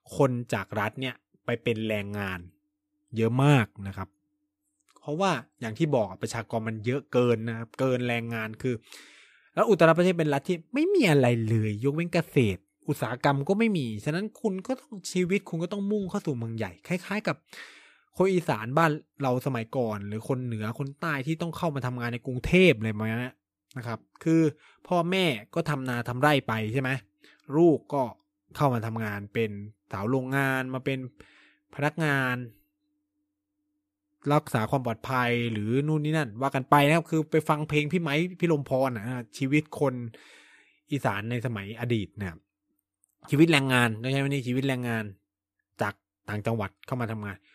คนจากรัฐเนี่ยไปเป็นแรงงานเยอะมากนะครับเพราะว่าอย่างที่บอกประชากรมันเยอะเกินนะครับเกินแรงงานคือแล้วอุตตรประเทศเป็นรัฐที่ไม่มีอะไรเลยยกเว้นเกษตรอุตสาหกรรมก็ไม่มีฉะนั้นคุณก็ต้องชีวิตคุณก็ต้องมุ่งเข้าสู่เมืองใหญ่คล้ายๆกับคนอีสานบ้านเราสมัยก่อนหรือคนเหนือคนใต้ที่ต้องเข้ามาทำงานในกรุงเทพอะไรประมาณนั้นนะครับคือพ่อแม่ก็ทำนาทำไร่ไปใช่ไหมลูกก็เข้ามาทำงานเป็นสาวโรงงานมาเป็นพนักงานรักษาความปลอดภัยหรือนู่นนี่นั่นว่ากันไปนะครับคือไปฟังเพลงพี่ไม้พี่ลมพรชีวิตคนอีสานในสมัยอดีตนะครับชีวิตแรงงานไม่ใช่นี่ชีวิตแรงงานจากต่างจังหวัดเข้ามาทำงาน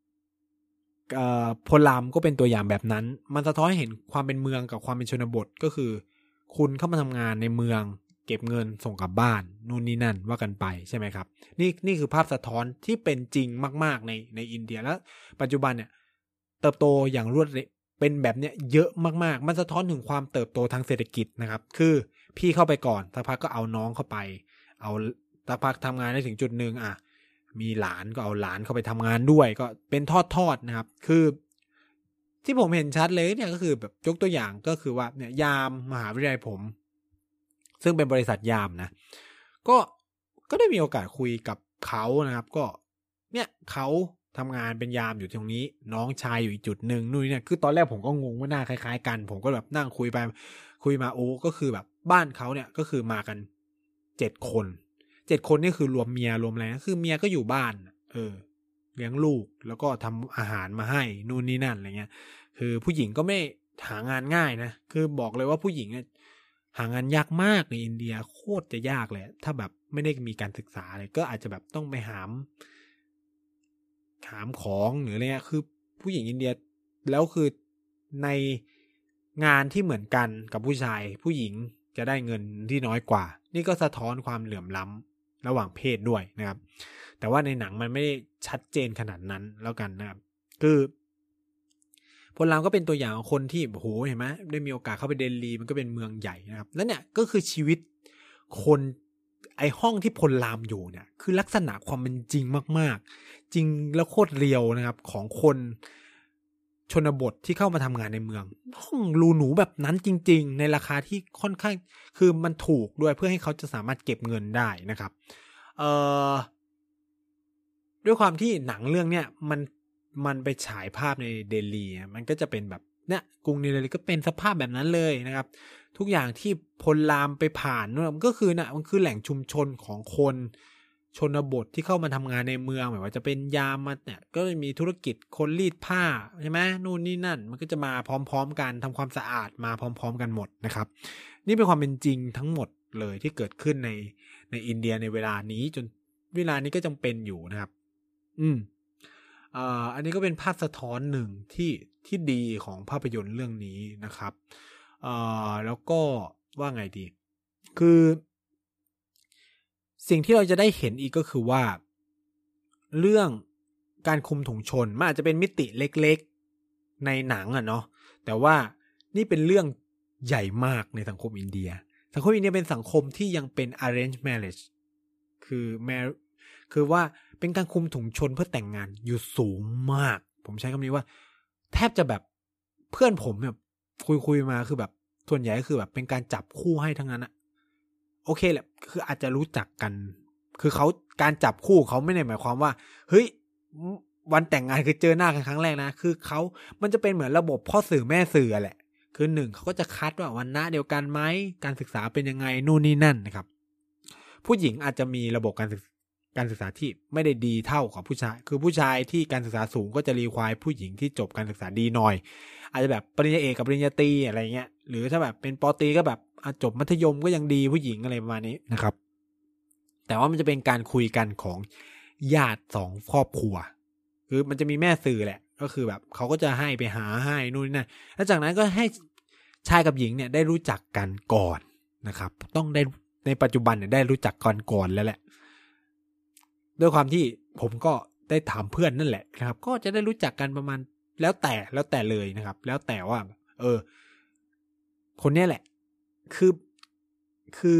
พลรามก็เป็นตัวอย่างแบบนั้นมันสะท้อนให้เห็นความเป็นเมืองกับความเป็นชนบทก็คือคุณเข้ามาทำงานในเมืองเก็บเงินส่งกลับบ้านนู่นนี่นั่นว่ากันไปใช่ไหมครับนี่คือภาพสะท้อนที่เป็นจริงมากๆในอินเดียแล้วปัจจุบันเนี่ยเติบโตอย่างรวดเร็วเป็นแบบเนี้ยเยอะมากๆมันสะท้อนถึงความเติบโตทางเศรษฐกิจนะครับคือพี่เข้าไปก่อนสักพักก็เอาน้องเข้าไปเอาสักพักทำงานได้ถึงจุดนึงมีหลานก็เอาหลานเข้าไปทำงานด้วยก็เป็นทอดๆนะครับคือที่ผมเห็นชัดเลยเนี่ยก็คือแบบยกตัวอย่างก็คือว่าเนี่ยยามมหาวิทยาลัยผมซึ่งเป็นบริษัทยามนะก็ได้มีโอกาสคุยกับเขานะครับก็เนี่ยเขาทำงานเป็นยามอยู่ตรงนี้น้องชายอยู่อีกจุดหนึ่งนู่นนี่คือตอนแรกผมก็งงว่าหน้าคล้ายๆกันผมก็แบบนั่งคุยไปคุยมาโอ้ก็คือแบบบ้านเขาเนี่ยก็คือมากัน7 คนนี่คือรวมเมียรวมอะไรคือเมียก็อยู่บ้านเลี้ยงลูกแล้วก็ทำอาหารมาให้นู่นนี่นั่นอะไรเงี้ยคือผู้หญิงก็ไม่หางานง่ายนะคือบอกเลยว่าผู้หญิงเนี่ยหางานยากมากในอินเดียโคตรจะยากเลยถ้าแบบไม่ได้มีการศึกษาเลยก็อาจจะแบบต้องไปหามของหรืออะไรเงี้ยคือผู้หญิงอินเดียแล้วคือในงานที่เหมือนกันกับผู้ชายผู้หญิงจะได้เงินที่น้อยกว่านี่ก็สะท้อนความเหลื่อมล้ำระหว่างเพศด้วยนะครับแต่ว่าในหนังมันไม่ได้ชัดเจนขนาดนั้นแล้วกันนะครับคือพลรามก็เป็นตัวอย่างของคนที่โอ้โหเห็นไหมได้มีโอกาสเข้าไปเดลีมันก็เป็นเมืองใหญ่นะครับแล้วเนี่ยก็คือชีวิตคนไอห้องที่พลรามอยู่เนี่ยคือลักษณะความเป็นจริงมากๆจริงแล้วโคตรเรียวนะครับของคนชนบทที่เข้ามาทำงานในเมืองห้องรูหนูแบบนั้นจริงๆในราคาที่ค่อนข้างคือมันถูกด้วยเพื่อให้เขาจะสามารถเก็บเงินได้นะครับด้วยความที่หนังเรื่องเนี้ยมันไปฉายภาพในเดลีมันก็จะเป็นแบบเนี่ยกรุงนิวเดลีก็เป็นสภาพแบบนั้นเลยนะครับทุกอย่างที่พลรามไปผ่านมันก็คือมันคือแหล่งชุมชนของคนชนบทที่เข้ามาทำงานในเมืองไม่ว่าจะเป็นยามมาเนี่ยก็มีธุรกิจคนรีดผ้าใช่ไหมนู่นนี่นั่นมันก็จะมาพร้อมๆกันทำความสะอาดมาพร้อมๆกันหมดนะครับนี่เป็นความเป็นจริงทั้งหมดเลยที่เกิดขึ้นในอินเดียในเวลานี้จนเวลานี้ก็จำเป็นอยู่นะครับอันนี้ก็เป็นภาพสะท้อนหนึ่งที่ดีของภาพยนตร์เรื่องนี้นะครับแล้วก็ว่าไงดีคือสิ่งที่เราจะได้เห็นอีกก็คือว่าเรื่องการคุมถุงชนมันอาจจะเป็นมิติเล็กๆในหนังเนาะแต่ว่านี่เป็นเรื่องใหญ่มากในสังคมอินเดียเป็นสังคมที่ยังเป็น arranged marriage คือว่าเป็นการคุมถุงชนเพื่อแต่งงานอยู่สูงมากผมใช้คำนี้ว่าแทบจะแบบเพื่อนผมแบบคุยมาคือแบบส่วนใหญ่ก็คือแบบเป็นการจับคู่ให้ทั้งนั้นอะโอเคแหละคืออาจจะรู้จักกันคือเขาการจับคู่เขาไม่ได้หมายความว่าเฮ้ยวันแต่งงานคือเจอหน้ากันครั้งแรกนะคือมันจะเป็นเหมือนระบบพ่อสื่อแม่สื่อแหละคือหนึ่งเขาก็จะคัดว่าวันหน้าเดียวกันไหมการศึกษาเป็นยังไงนู่นนี่นั่นนะครับผู้หญิงอาจจะมีระบบการศึกษาที่ไม่ได้ดีเท่ากับผู้ชายคือผู้ชายที่การศึกษาสูงก็จะรีควายผู้หญิงที่จบการศึกษาดีหน่อยอาจจะแบบปริญญาเอกกับปริญญาตรีอะไรเงี้ยหรือถ้าแบบเป็นป.ตรีก็แบบจบมัธยมก็ยังดีผู้หญิงอะไรประมาณนี้นะครับแต่ว่ามันจะเป็นการคุยกันของญาติ2ครอบครัวคือมันจะมีแม่สื่อแหละก็คือแบบเขาก็จะให้ไปหาให้นู่นนี่นั่นแล้วจากนั้นก็ให้ชายกับหญิงเนี่ยได้รู้จักกันก่อนนะครับต้องได้ในปัจจุบันเนี่ยได้รู้จักก่อนแล้วแหละด้วยความที่ผมก็ได้ถามเพื่อนนั่นแหละนะครับก็จะได้รู้จักกันประมาณแล้วแต่เลยนะครับแล้วแต่ว่าคนนี้แหละคือ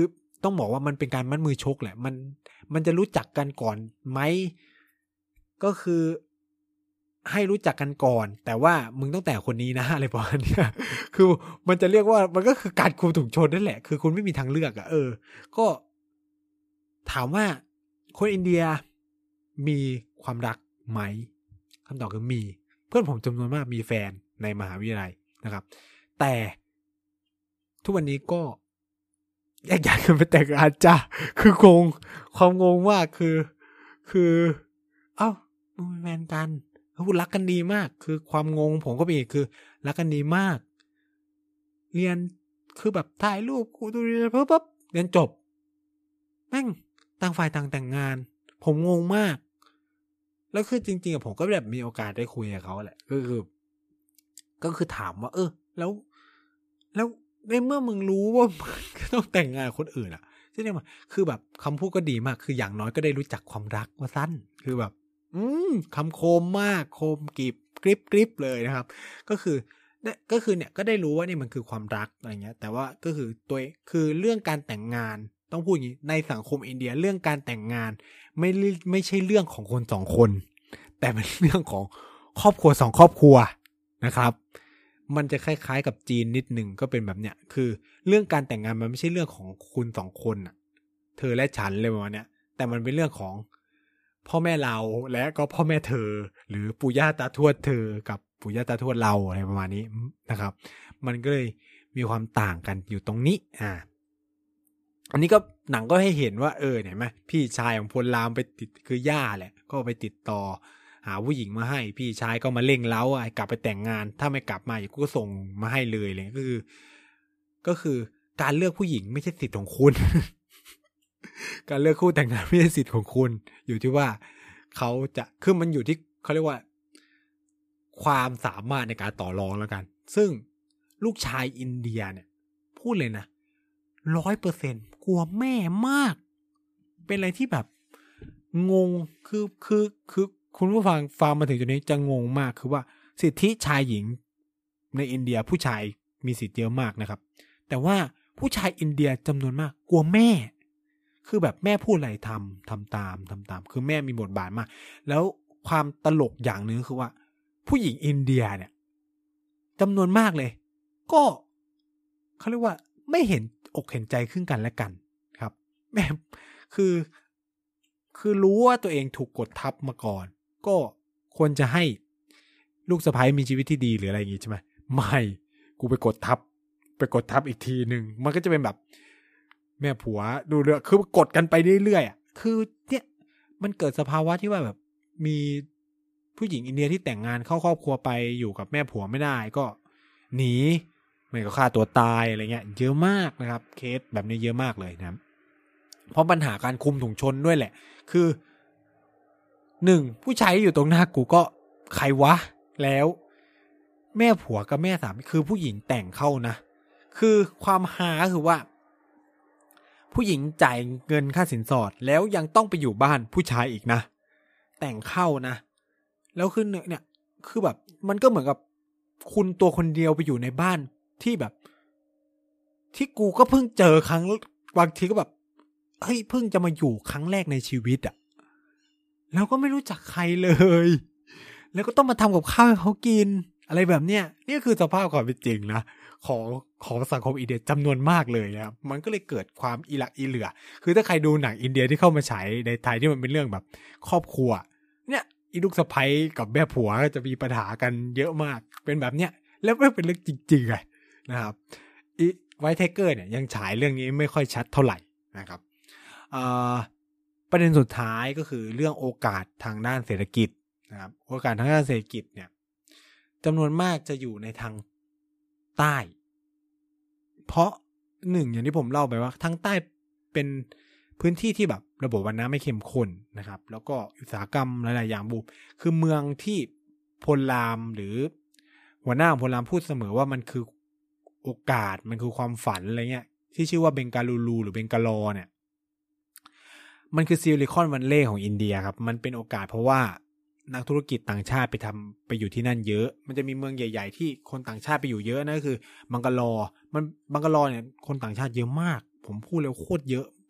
ต้องบอกว่ามันเป็นการมัดมือชกแหละมันจะรู้จักกันก่อนไหมก็คือให้รู้จักกันก่อนแต่ว่ามึงต้องแต่คนนี้นะอะไรประมาณนี้คือมันจะเรียกว่ามันก็คือการคุมถุงชนนั่นแหละคือคุณไม่มีทางเลือกอ่ะก็ถามว่าคนอินเดียมีความรักไหมคำตอบคือมีเพื่อนผมจำนวนมากมีแฟนในมหาวิทยาลัยนะครับแต่ทุกวันนี้ก็แยกย้ายกันไปแต่งงานจ้ะคืองงความงงมากคือเอ้ามึงเป็นแฟนกันเขาพูดรักกันดีมากคือความงงผมก็มีคือรักกันดีมากเรียนคือแบบถ่ายรูปกูดูเรียนปุ๊บเรียนจบแม่งต่างฝ่ายต่างแต่งงานผมงงมากแล้วคือจริงๆผมก็แบบมีโอกาสได้คุยกับเขาแหละก็คือถามว่าแล้วในเมื่อมึงรู้ว่ามึงต้องแต่งงานกับคนอื่นอ่ะใช่ไหมคือแบบคำพูดก็ดีมากคืออย่างน้อยก็ได้รู้จักความรักว่าสั้นคือแบบคำโคมมากโคมกริบเลยนะครับก็คือเนี่ยก็ได้รู้ว่านี่มันคือความรักอะไรเงี้ยแต่ว่าก็คือคือเรื่องการแต่งงานต้องพูดอย่างนี้ในสังคมอินเดียเรื่องการแต่งงานไม่ใช่เรื่องของคนสองคนแต่เป็นเรื่องของครอบครัว2ครอบครัวนะครับมันจะคล้ายๆกับจีนนิดหนึ่งก็เป็นแบบเนี้ยคือเรื่องการแต่งงานมันไม่ใช่เรื่องของคุณ2คนน่ะเธอและฉันเลยประมาณเนี้ยแต่มันเป็นเรื่องของพ่อแม่เราและก็พ่อแม่เธอหรือปู่ย่าตาทวดเธอกับปู่ย่าตาทวดเราอะไรประมาณนี้นะครับมันก็เลยมีความต่างกันอยู่ตรงนี้อันนี้ก็หนังก็ให้เห็นว่าเห็นไหมพี่ชายของพลรามไปติดคือย่าแหละก็ไปติดต่อหาผู้หญิงมาให้พี่ชายก็มาเร่งเร้ากลับไปแต่งงานถ้าไม่กลับมาอยู่ก็ส่งมาให้เลยก็คือการเลือกผู้หญิงไม่ใช่สิทธิ์ของคุณ การเลือกคู่แต่งงานไม่ใช่สิทธิ์ของคุณอยู่ที่ว่าเขาจะคือมันอยู่ที่เขาเรียกว่าความสามารถในการต่อรองแล้วกันซึ่งลูกชายอินเดียเนี่ยพูดเลยนะ100%กลัวแม่มากเป็นอะไรที่แบบงงคือคุณผู้ฟังมาถึงจุดนี้จะงงมากคือว่าสิทธิชายหญิงในอินเดียผู้ชายมีสิทธิ์เยอะมากนะครับแต่ว่าผู้ชายอินเดียจำนวนมากกลัวแม่คือแบบแม่พูดอะไรทำตามคือแม่มีบทบาทมากแล้วความตลกอย่างนึงคือว่าผู้หญิงอินเดียเนี่ยจำนวนมากเลยก็เขาเรียกว่าไม่เห็นอกเห็นใจขึ้นกันและกันครับแม่คือรู้ว่าตัวเองถูกกดทับมาก่อนก็ควรจะให้ลูกสะใภ้มีชีวิตที่ดีหรืออะไรอย่างงี้ใช่ไหมไม่กูไปกดทับอีกทีนึงมันก็จะเป็นแบบแม่ผัวดูเรื่องคือกดกันไปเรื่อยๆคือเนี่ยมันเกิดสภาวะที่ว่าแบบมีผู้หญิงอินเดียที่แต่งงานเข้าครอบครัวไปอยู่กับแม่ผัวไม่ได้ก็หนีไม่ก็ฆ่าตัวตายอะไรเงี้ยเยอะมากนะครับเคสแบบนี้เยอะมากเลยนะครับเพราะปัญหาการคุมถุงชนด้วยแหละคือ1ผู้ชายอยู่ตรงหน้ากูก็ใครวะแล้วแม่ผัวกับแม่สามีคือผู้หญิงแต่งเข้านะคือความฮาคือว่าผู้หญิงจ่ายเงินค่าสินสอดแล้วยังต้องไปอยู่บ้านผู้ชายอีกนะแต่งเข้านะแล้วคือเนี่ยคือแบบมันก็เหมือนกับคุณตัวคนเดียวไปอยู่ในบ้านที่แบบที่กูก็เพิ่งเจอครั้งบางทีก็แบบเฮ้ยเพิ่งจะมาอยู่ครั้งแรกในชีวิตแล้วก็ไม่รู้จักใครเลยแล้วก็ต้องมาทำกับข้าวให้เขากินอะไรแบบเนี้ยนี่คือสภาพความเป็นจริงนะของสังคมอินเดียจำนวนมากเลยนะครับมันก็เลยเกิดความอีหลักอีเหลือคือถ้าใครดูหนังอินเดียที่เข้ามาฉายในไทยที่มันเป็นเรื่องแบบครอบครัวเนี่ยอีลูกสะใภ้กับแม่ผัวก็จะมีปัญหากันเยอะมากเป็นแบบเนี้ยแล้วไม่เป็นเรื่องจริงๆเลยนะครับไวท์ไทเกอร์เนี่ยยังฉายเรื่องนี้ไม่ค่อยชัดเท่าไหร่นะครับประเด็นสุดท้ายก็คือเรื่องโอกาสทางด้านเศรษฐกิจนะครับโอกาสทางด้านเศรษฐกิจเนี่ยจำนวนมากจะอยู่ในทางใต้เพราะอย่างที่ผมเล่าไปว่าทางใต้เป็นพื้นที่ที่แบบระบบน้ำไม่เข้มข้นนะครับแล้วก็อุตสาหกรรมหลายๆอย่างบูมคือเมืองที่พลรามหรือหัวหน้าพลรามพูดเสมอว่ามันคือโอกาสมันคือความฝันอะไรเงี้ยที่ชื่อว่าเบงกาลูรูหรือเบงกาลอเนี่ยมันคือซิลิคอนวัลเลย์ของอินเดียครับมันเป็นโอกาสเพราะว่านักธุรกิจต่างชาติไปอยู่ที่นั่นเยอะมันจะมีเมืองใหญ่ๆที่คนต่างชาติไปอยู่เยอะนั่นก็คือบังกาลอเนี่ยคนต่างชาติเยอะมากผมพูดแล้วโคตรเยอะ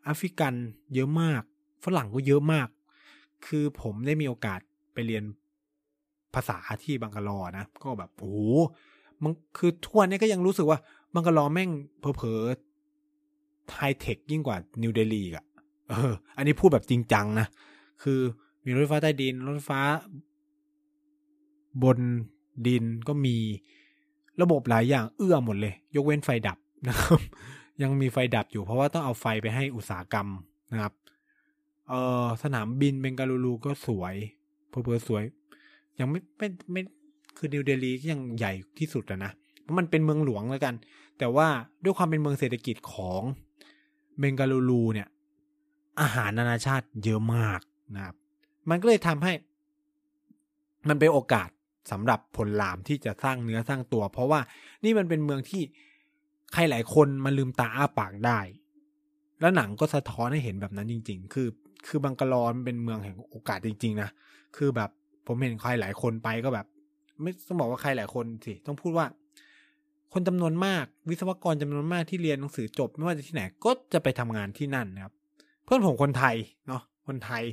แอฟริกันเยอะมากฝรั่งก็เยอะมากคือผมได้มีโอกาสไปเรียนภาษาที่บังกาลอนะก็แบบโอ้โหมันคือทุกวันนี้ก็ยังรู้สึกว่าบังกาลอแม่งเผลอๆไฮเทคยิ่งกว่านิวเดลีอ่ะอันนี้พูดแบบจริงจังนะคือมีรถไฟฟ้าใต้ดินรถไฟฟ้าบนดินก็มีระบบหลายอย่างเอื้อหมดเลยยกเว้นไฟดับนะครับยังมีไฟดับอยู่เพราะว่าต้องเอาไฟไปให้อุตสาหกรรมนะครับสนามบินเบงกาลูรูก็สวยเผลอๆสวยยังไม่คือนิวเดลีก็ยังใหญ่ที่สุดนะเพราะมันเป็นเมืองหลวงแล้วกันแต่ว่าด้วยความเป็นเมืองเศรษฐกิจของเบงกาลูรูเนี่ยอาหารนานาชาติเยอะมากนะครับมันก็เลยทำให้มันเป็นโอกาสสำหรับพลลามที่จะสร้างเนื้อสร้างตัวเพราะว่านี่มันเป็นเมืองที่ใครหลายคนมาลืมตาอ้าปากได้แล้วหนังก็สะท้อนให้เห็นแบบนั้นจริงๆคือบังกาลอมันเป็นเมืองแห่งโอกาสจริงๆนะคือแบบผมเห็นใครหลายคนไปก็แบบไม่ต้องบอกว่าใครหลายคนสิต้องพูดว่าคนจำนวนมากวิศวกรจำนวนมากที่เรียนหนังสือจบไม่ว่าจะที่ไหนก็จะไปทำงานที่นั่นนะครับเพื่อนผมคนไทยเนาะคนไทย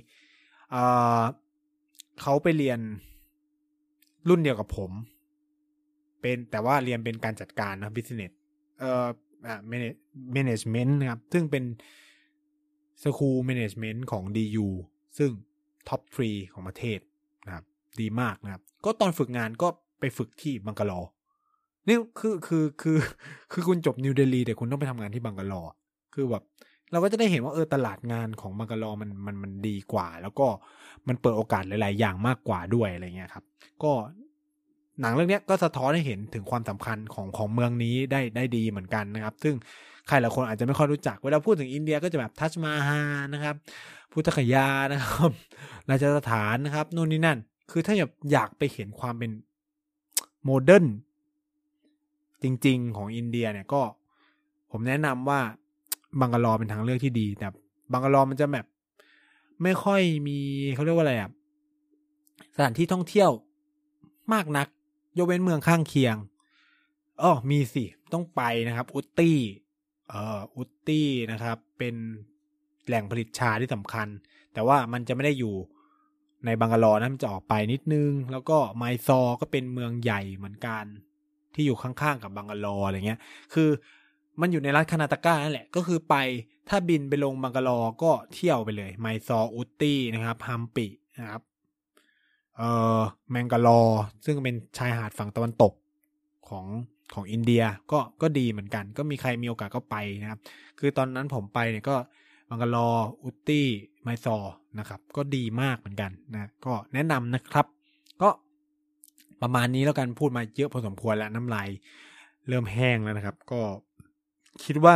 เขาไปเรียนรุ่นเดียวกับผมเป็นแต่ว่าเรียนเป็นการจัดการนะ business management นะครับซึ่งเป็น school management ของ DU ซึ่ง top 3 ของประเทศนะครับดีมากนะครับก็ตอนฝึกงานก็ไปฝึกที่บังกาลอนี่คือคุณจบนิวเดลีแต่คุณต้องไปทำงานที่บังกาลอคือแบบเราก็จะได้เห็นว่าตลาดงานของบังกาลอมันดีกว่าแล้วก็มันเปิดโอกาสหลายๆอย่างมากกว่าด้วยอะไรเงี้ยครับก็หนังเรื่องนี้ก็สะท้อนให้เห็นถึงความสำคัญของเมืองนี้ได้ดีเหมือนกันนะครับซึ่งใครหลายคนอาจจะไม่ค่อยรู้จักเวลาพูดถึงอินเดียก็จะแบบทัชมาฮาลนะครับพุทธคยานะครับราชสถานนะครับนู่นนี่นั่นคือถ้าอยากไปเห็นความเป็นโมเดิร์นจริงๆของอินเดียเนี่ยก็ผมแนะนำว่าบังกาลอเป็นทางเลือกที่ดีแต่บังกาลอมันจะแบบไม่ค่อยมีเขาเรียกว่าอะไรอ่ะสถานที่ท่องเที่ยวมากนักยกเว้นเมืองข้างเคียงมีสิต้องไปนะครับอุตตี้นะครับเป็นแหล่งผลิตชาที่สำคัญแต่ว่ามันจะไม่ได้อยู่ในบังกาลอนะมันจะออกไปนิดนึงแล้วก็ไมซอร์ก็เป็นเมืองใหญ่เหมือนกันที่อยู่ข้างๆกับบังกาลออะไรเงี้ยคือมันอยู่ในรัฐคานาตากานั่นแหละก็คือไปถ้าบินไปลงบังกาลอก็เที่ยวไปเลยไมซอร์อุตตี้นะครับฮัมปินะครับแมงกาลอซึ่งเป็นชายหาดฝั่งตะวันตกของอินเดียก็ดีเหมือนกันก็มีใครมีโอกาสก็ไปนะครับคือตอนนั้นผมไปเนี่ยก็บังกาลออุตตี้ไมซอร์นะครับก็ดีมากเหมือนกันนะก็แนะนำนะครับก็ประมาณนี้แล้วกันพูดมาเยอะพอสมควรแล้วน้ำลายเริ่มแห้งแล้วนะครับก็คิดว่า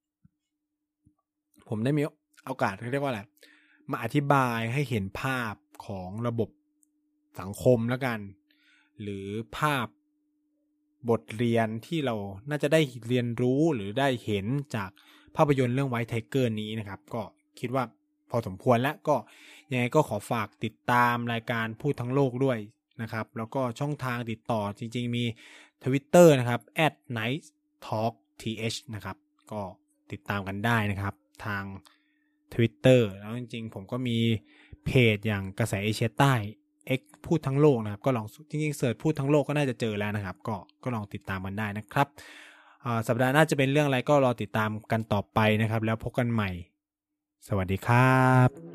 ผมได้มีโอกาสเรียกว่าอะไรมาอธิบายให้เห็นภาพของระบบสังคมแล้วกันหรือภาพบทเรียนที่เราน่าจะได้เรียนรู้หรือได้เห็นจากภาพยนตร์เรื่อง White Tiger นี้นะครับก็คิดว่าพอสมควรแล้วก็ยังไงก็ขอฝากติดตามรายการพูดทั้งโลกด้วยนะครับแล้วก็ช่องทางติดต่อจริงๆมี Twitter นะครับ @nighttalkth นะครับก็ติดตามกันได้นะครับทาง Twitter แล้วจริงๆผมก็มีเพจอย่างกระแสเอเชียใต้พูดทั้งโลกนะครับก็ลองจริงๆเสิร์ชพูดทั้งโลกก็น่าจะเจอแล้วนะครับก็ลองติดตามกันได้นะครับสัปดาห์หน้าจะเป็นเรื่องอะไรก็รอติดตามกันต่อไปนะครับแล้วพบกันใหม่สวัสดีครับ